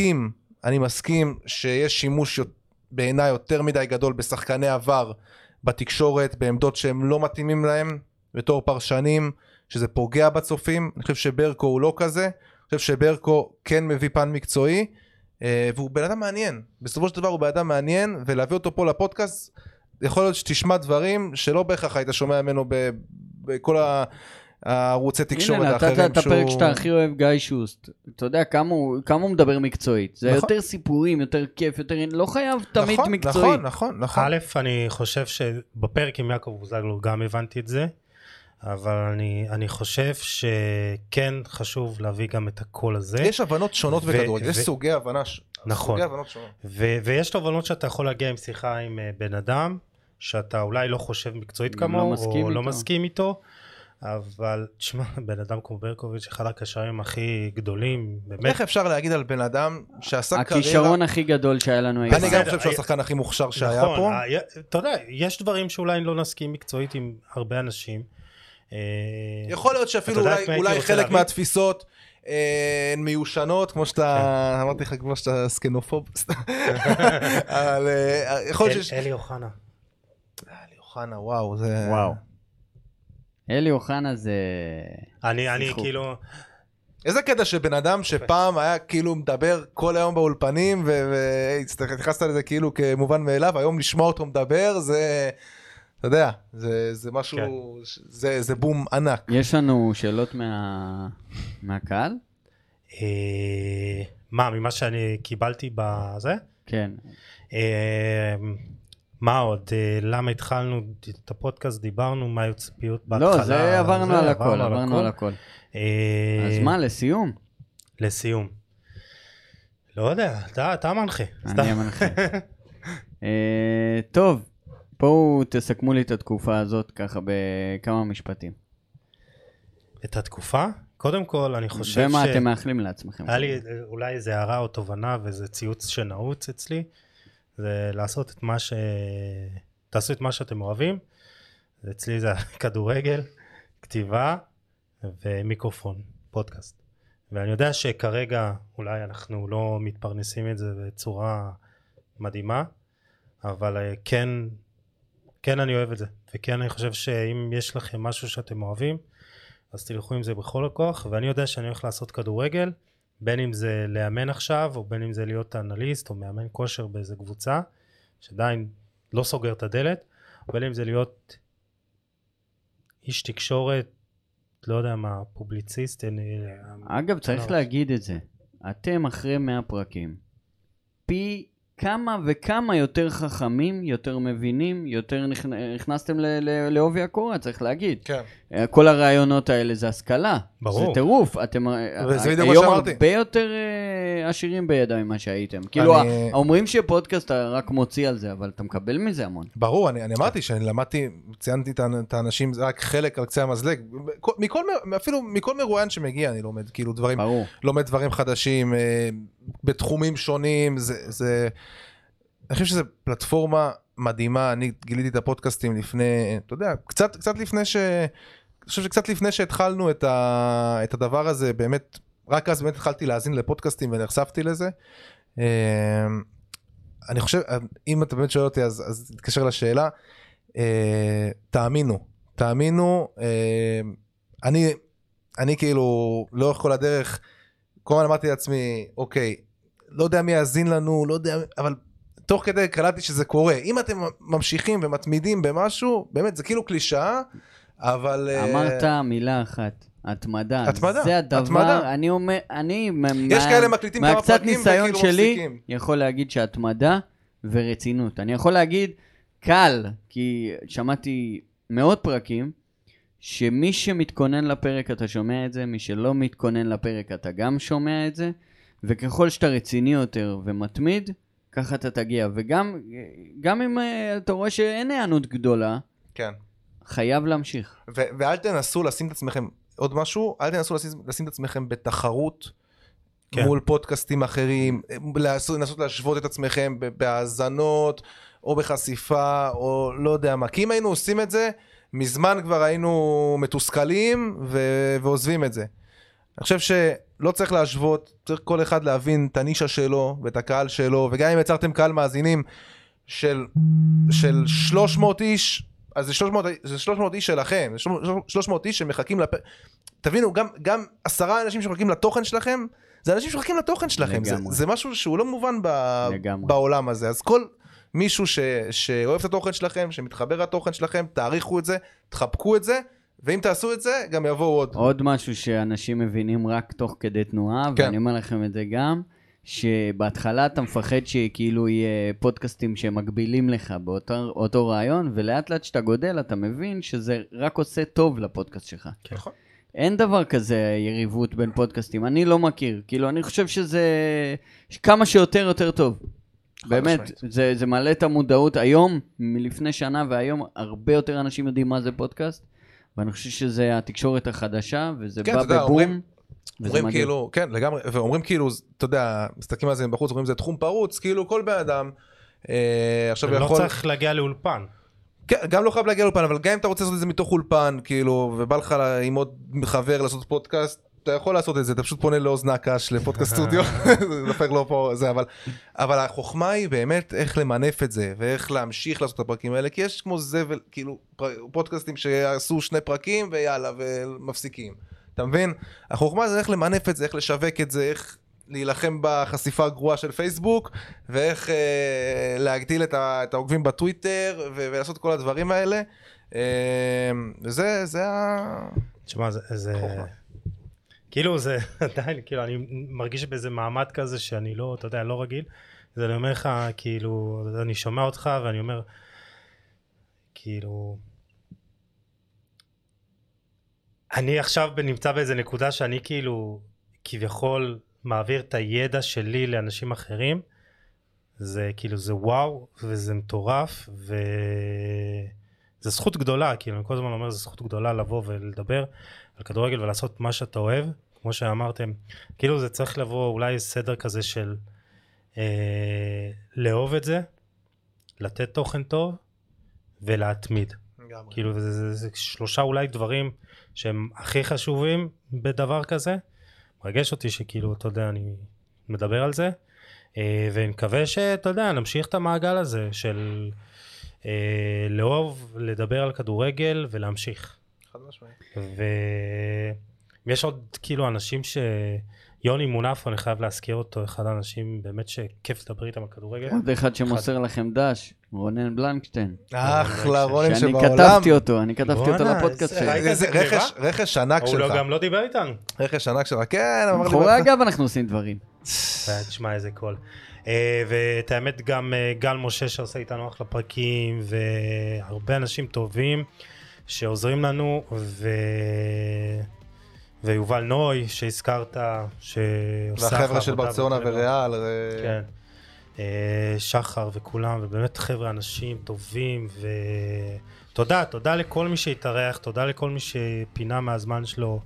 מסכים שיש שימוש בעיניי יותר מדי גדול בשחקני עבר בתקשורת, בעמדות שהם לא מתאימים להם בתור פרשנים, שזה פוגע בצופים. אני חושב שברקו הוא לא כזה, אני חושב שברקו כן מביא פן מקצועי, והוא בן אדם מעניין, בסופו של דבר הוא בן אדם מעניין, ולהביא אותו פה לפודקאסט, יכול להיות שתשמע דברים שלא בהכרח היית שומע ממנו בכל הערוצי תקשורת האחרים. הנה, נתת את הפרק שאתה הכי אוהב, גיא שוסט. אתה יודע כמה הוא מדבר מקצועית. זה יותר סיפורים, יותר כיף, לא חייב תמיד מקצועית. נכון. א', אני חושב שבפרק עם יעקב בוזגלו גם הבנתי את זה, אבל אני חושב שכן חשוב להביא גם את הקול הזה. יש הבנות שונות בכדורגל, יש סוגי הבנה. נכון, ויש תובנות שאתה יכול להגיע עם שיחה עם בן אדם, שאתה אולי לא חושב מקצועית כמוהו, או לא מסכים איתו, אבל תשמע, בן אדם כמו ברקוביץ' אחד הקשרים הכי גדולים, באמת. איך אפשר להגיד על בן אדם שעשה קריירה... הכישרון הכי גדול שהיה לנו. אני גם חושב שהוא השחקן הכי מוכשר שהיה פה. אתה יודע, יש דברים שאולי לא נסכים מקצועית עם הרבה אנשים. יכול להיות שאפילו אולי חלק מהתפיסות מיושנות, כמו שאתה, אמרתי לך כמו שאתה סקנופוב. אבל יכול להיות אלי אוחנה. אלי אוחנה, וואו, זה... וואו. אלי אוחנה זה... אני כאילו... איזה קטע שבן אדם שפעם היה כאילו מדבר כל היום באולפנים, והתייחסת לזה כאילו כמובן מאליו, היום לשמוע אותו מדבר, זה... אתה יודע, זה משהו, זה בום ענק. יש לנו שאלות מהקהל? מה, ממה שאני קיבלתי בזה? כן. מה עוד? למה התחלנו את הפודקאסט, דיברנו, מה היו ציפיות בהתחלה? לא, זה עברנו על הכל, עברנו על הכל. אז מה, לסיום? לסיום. לא יודע, אתה המנחה. אני המנחה. טוב, בואו תסכמו לי את התקופה הזאת ככה בכמה משפטים. את התקופה? קודם כל, אני חושב ומה אתם מאחלים לעצמכם? היה לי אולי איזה הערה או תובנה, וזה ציוץ שנעוץ אצלי, זה לעשות את מה תעשו את מה שאתם אוהבים. אצלי זה כדורגל, כתיבה ומיקרופון, פודקאסט. ואני יודע שכרגע אולי אנחנו לא מתפרנסים את זה בצורה מדהימה, אבל כן אני אוהב את זה. וכן אני חושב שאם יש לכם משהו שאתם אוהבים, אז תלכו עם זה בכל הכוח. ואני יודע שאני הולך לעשות כדורגל, בין אם זה לאמן עכשיו, או בין אם זה להיות אנליסט, או מאמן כושר באיזה קבוצה, שעדיין לא סוגר את הדלת, בין אם זה להיות איש תקשורת, לא יודע מה, פובליציסט. אגב, צריך להגיד את זה. אתם אחרי 100 פרקים. פי כמה וכמה יותר חכמים, יותר מבינים, יותר נכנסתם לעובי הקורה, צריך להגיד. כן. כל הרעיונות האלה זה השכלה. ברור. זה טירוף. אתם היום הרבה יותר עשירים בידיים ממה שהייתם. כאילו, אומרים שפודקאסט אתה רק מוציא על זה, אבל אתה מקבל מזה המון. ברור, אני אמרתי שאני למדתי, ציינתי את האנשים, זה רק חלק על קצה המזלג. אפילו מכל מרואיין שמגיע אני לומד, כאילו דברים, לומד דברים חדשים, בתחומים שונים, אני חושב שזו פלטפורמה מדהימה. אני גיליתי את הפודקאסטים לפני, אתה יודע, קצת לפני אני חושב שקצת לפני שהתחלנו את הדבר הזה, באמת, רק אז באמת התחלתי להאזין לפודקאסטים ונחשפתי לזה. אני חושב, אם אתה באמת שואל אותי, אז תתקשר לשאלה. תאמינו, אני כאילו לאורך כל הדרך, כל הזמן אמרתי לעצמי, אוקיי, לא יודע מי יאזין לנו, לא יודע, אבל תוך כדי קלטתי שזה קורה. אם אתם ממשיכים ומתמידים במשהו, באמת, זה כאילו קלישאה, אבל... אמרת מילה אחת, התמדה. זה הדבר, אני אומר, יש כאלה מקליטים כמה מהקצת פרקים ניסיון וכאילו שלי, מפסיקים. יכול להגיד שהתמדה ורצינות. אני יכול להגיד, קל, כי שמעתי מאות פרקים, שמי שמתכונן לפרק אתה שומע את זה, מי שלא מתכונן לפרק אתה גם שומע את זה, וככל שאתה רציני יותר ומתמיד, ככה אתה תגיע. וגם אם אתה רואה שאין הענות גדולה, כן. חייב להמשיך. ואל תנסו לשים את עצמכם, עוד משהו, אל תנסו לשים את עצמכם בתחרות, כן. מול פודקאסטים אחרים, לנסות להשוות את עצמכם בהאזנות, או בחשיפה, או לא יודע מה. כי אם היינו עושים את זה, מזמן כבר היינו מתוסכלים ועוזבים את זה. אני חושב שלא צריך להשוות, צריך כל אחד להבין את הנישה שלו ואת הקהל שלו, וגם אם יצרתם קהל מאזינים של 300 איש, אז זה 300 איש שלכם, זה 300 איש שמחכים תבינו, גם 10 אנשים שמחכים לתוכן שלכם, זה אנשים שמחכים לתוכן שלכם, זה משהו שהוא לא מובן בעולם הזה, אז כל מישהו שאוהב את התוכן שלכם, שמתחבר לתוכן שלכם, תעריכו את זה, תחבקו את זה, ואם תעשו את זה, גם יבואו עוד משהו שאנשים מבינים רק תוך כדי תנועה, ואני אומר לכם את זה גם, שבהתחלה אתה מפחד שכאילו יהיה פודקאסטים שמגבילים לך באותו רעיון, ולאט לאט שאתה גודל אתה מבין שזה רק עושה טוב לפודקאסט שלך. נכון. אין דבר כזה יריבות בין פודקאסטים, אני לא מכיר, כאילו אני חושב שזה כמה שיותר יותר טוב. באמת, זה מעלה את המודעות היום, מלפני שנה והיום הרבה יותר אנשים יודעים מה זה פודקאסט, ואני חושב שזה התקשורת החדשה, וזה כן, בא אתה יודע, בבום. אומרים כאילו, כן, לגמרי, ואומרים כאילו, אתה יודע, מסתכלים על זה בחוץ, אומרים זה תחום פרוץ, כאילו כל בן אדם, עכשיו יכול... לא צריך להגיע לאולפן. כן, גם לא חייב להגיע לאולפן, אבל גם אם אתה רוצה לעשות את זה מתוך אולפן, כאילו, ובא לך עם עוד חבר לעשות פודקאסט, אתה יכול לעשות את זה, אתה פשוט פונה לאוזן הקש לפודקאסט סטודיו, זה דפק לא פה, זה, אבל החוכמה היא באמת איך למנף את זה, ואיך להמשיך לעשות את הפרקים האלה, כי יש כמו זבל, כאילו, פודקאסטים שעשו 2 פרקים, ויאללה, ומפסיקים. אתה מבין? החוכמה זה איך למנף את זה, איך לשווק את זה, איך להילחם בחשיפה הגרועה של פייסבוק, ואיך להגדיל את העוקבים בטוויטר, ולעשות כל הדברים האלה. זה תשמע, זה... כאילו זה עדיין, כאילו אני מרגיש באיזה מעמד כזה שאני לא, אתה יודע, לא רגיל. אז אני אומר לך, כאילו, אני שומע אותך ואני אומר, כאילו... אני עכשיו נמצא באיזה נקודה שאני כאילו, כביכול מעביר את הידע שלי לאנשים אחרים. זה כאילו, זה וואו, וזה מטורף, וזה זכות גדולה, כאילו, אני כל הזמן אומר, זה זכות גדולה לבוא ולדבר על כדורגל ולעשות מה שאתה אוהב, כמו שאמרתם, כאילו זה צריך לבוא אולי סדר כזה של לאהוב את זה, לתת תוכן טוב ולהתמיד. כאילו זה 3 אולי דברים שהם הכי חשובים בדבר כזה. מרגש אותי שכאילו, אתה יודע, אני מדבר על זה, ונקווה שאתה יודע, נמשיך את המעגל הזה של לאהוב, לדבר על כדורגל ולהמשיך. חד משמעית. ויש עוד כאילו אנשים יוני מונף, אני חייב להזכיר אותו, אחד האנשים באמת שכיף לדבר איתם על כדורגל. עוד אחד שמוסר לכם דש, רונן בלנקשטיין. אחלה, רונן שאני שבעולם. כתבתי אותו לפודקאסט שלי. זה רכש ענק שלך. הוא גם לא דיבר איתנו. רכש ענק שלך, כן. אחורי אגב אנחנו עושים דברים. תשמע איזה קול. ואת האמת גם גל משה שעושה איתנו אחלה פרקים, והרבה אנשים טובים שעוזרים לנו, ויובל נוי שהזכרת, והחבר'ה של ברצלונה וריאל. כן. שחר וכולם, ובאמת חבר'ה אנשים טובים, ותודה, תודה לכל מי שהתארח, תודה לכל מי שפינה מהזמן שלו,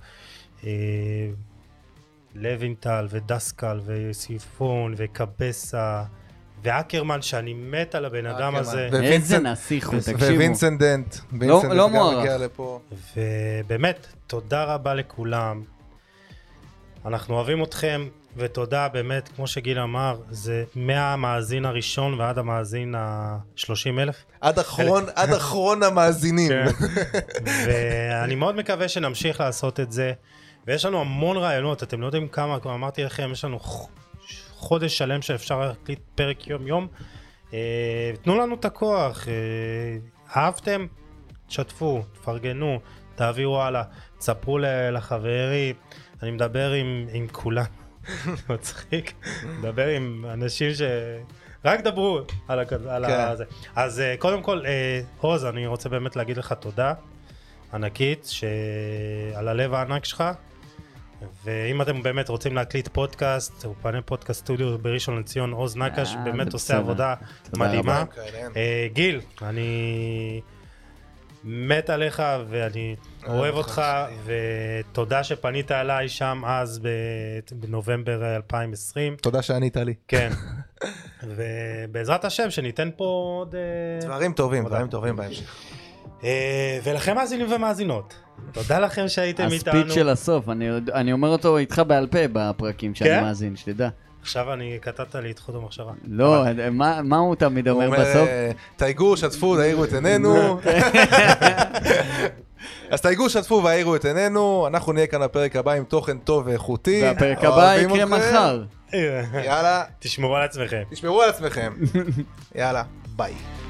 לוינטל ודסקל וסיפון וקבסה ואקרמן, שאני מת על הבן אדם הזה. איזה נסיך הוא, תקשיבו. ווינסנדנט. לא מוערך. ובאמת, תודה רבה לכולם. אנחנו אוהבים אתכם, ותודה באמת, כמו שגיל אמר, זה מהמאזין הראשון ועד המאזין ה-30,000. עד אחרון המאזינים. ואני מאוד מקווה שנמשיך לעשות את זה. ויש לנו המון רעיונות, אתם לא יודעים כמה, כמו אמרתי לכם, יש לנו חודש שלם שאפשר להקליט פרק יום. תנו לנו את הכוח, אהבתם? תשתפו, תפרגנו, תעבירו הלאה, תספרו לחברים. אני מדבר עם כולם, מצחיק, מדבר עם אנשים רק דברו על זה. אז קודם כל, עוז, אני רוצה באמת להגיד לך תודה ענקית על הלב הענק שלך, ואם אתם באמת רוצים להקליט פודקאסט, אולפני פודקאסט סטודיו בראשון לציון, עוז נקש באמת עושה עבודה מדהימה. גיל, אני מת עליך ואני אוהב אותך, ותודה שפנית עליי שם אז בנובמבר 2020. תודה שענית לי. כן. ובעזרת השם שניתן פה עוד דברים טובים בהמשך. ולכם מאזינים ומאזינות, תודה לכם שהייתם איתנו. הספיץ של הסוף, אני אומר אותו איתך בעל פה בפרקים שאני מאזין, שתדע. עכשיו אני כתבת לי את חוט המחשבה. לא, מה הוא תמיד אומר בסוף? תייגו, שתפו, תאירו את עינינו. אז תייגו, שתפו והאירו את עינינו. אנחנו נהיה כאן בפרק הבא עם תוכן טוב ואיכותי. והפרק הבא יקרה מחר. יאללה. תשמרו על עצמכם. יאללה, ביי.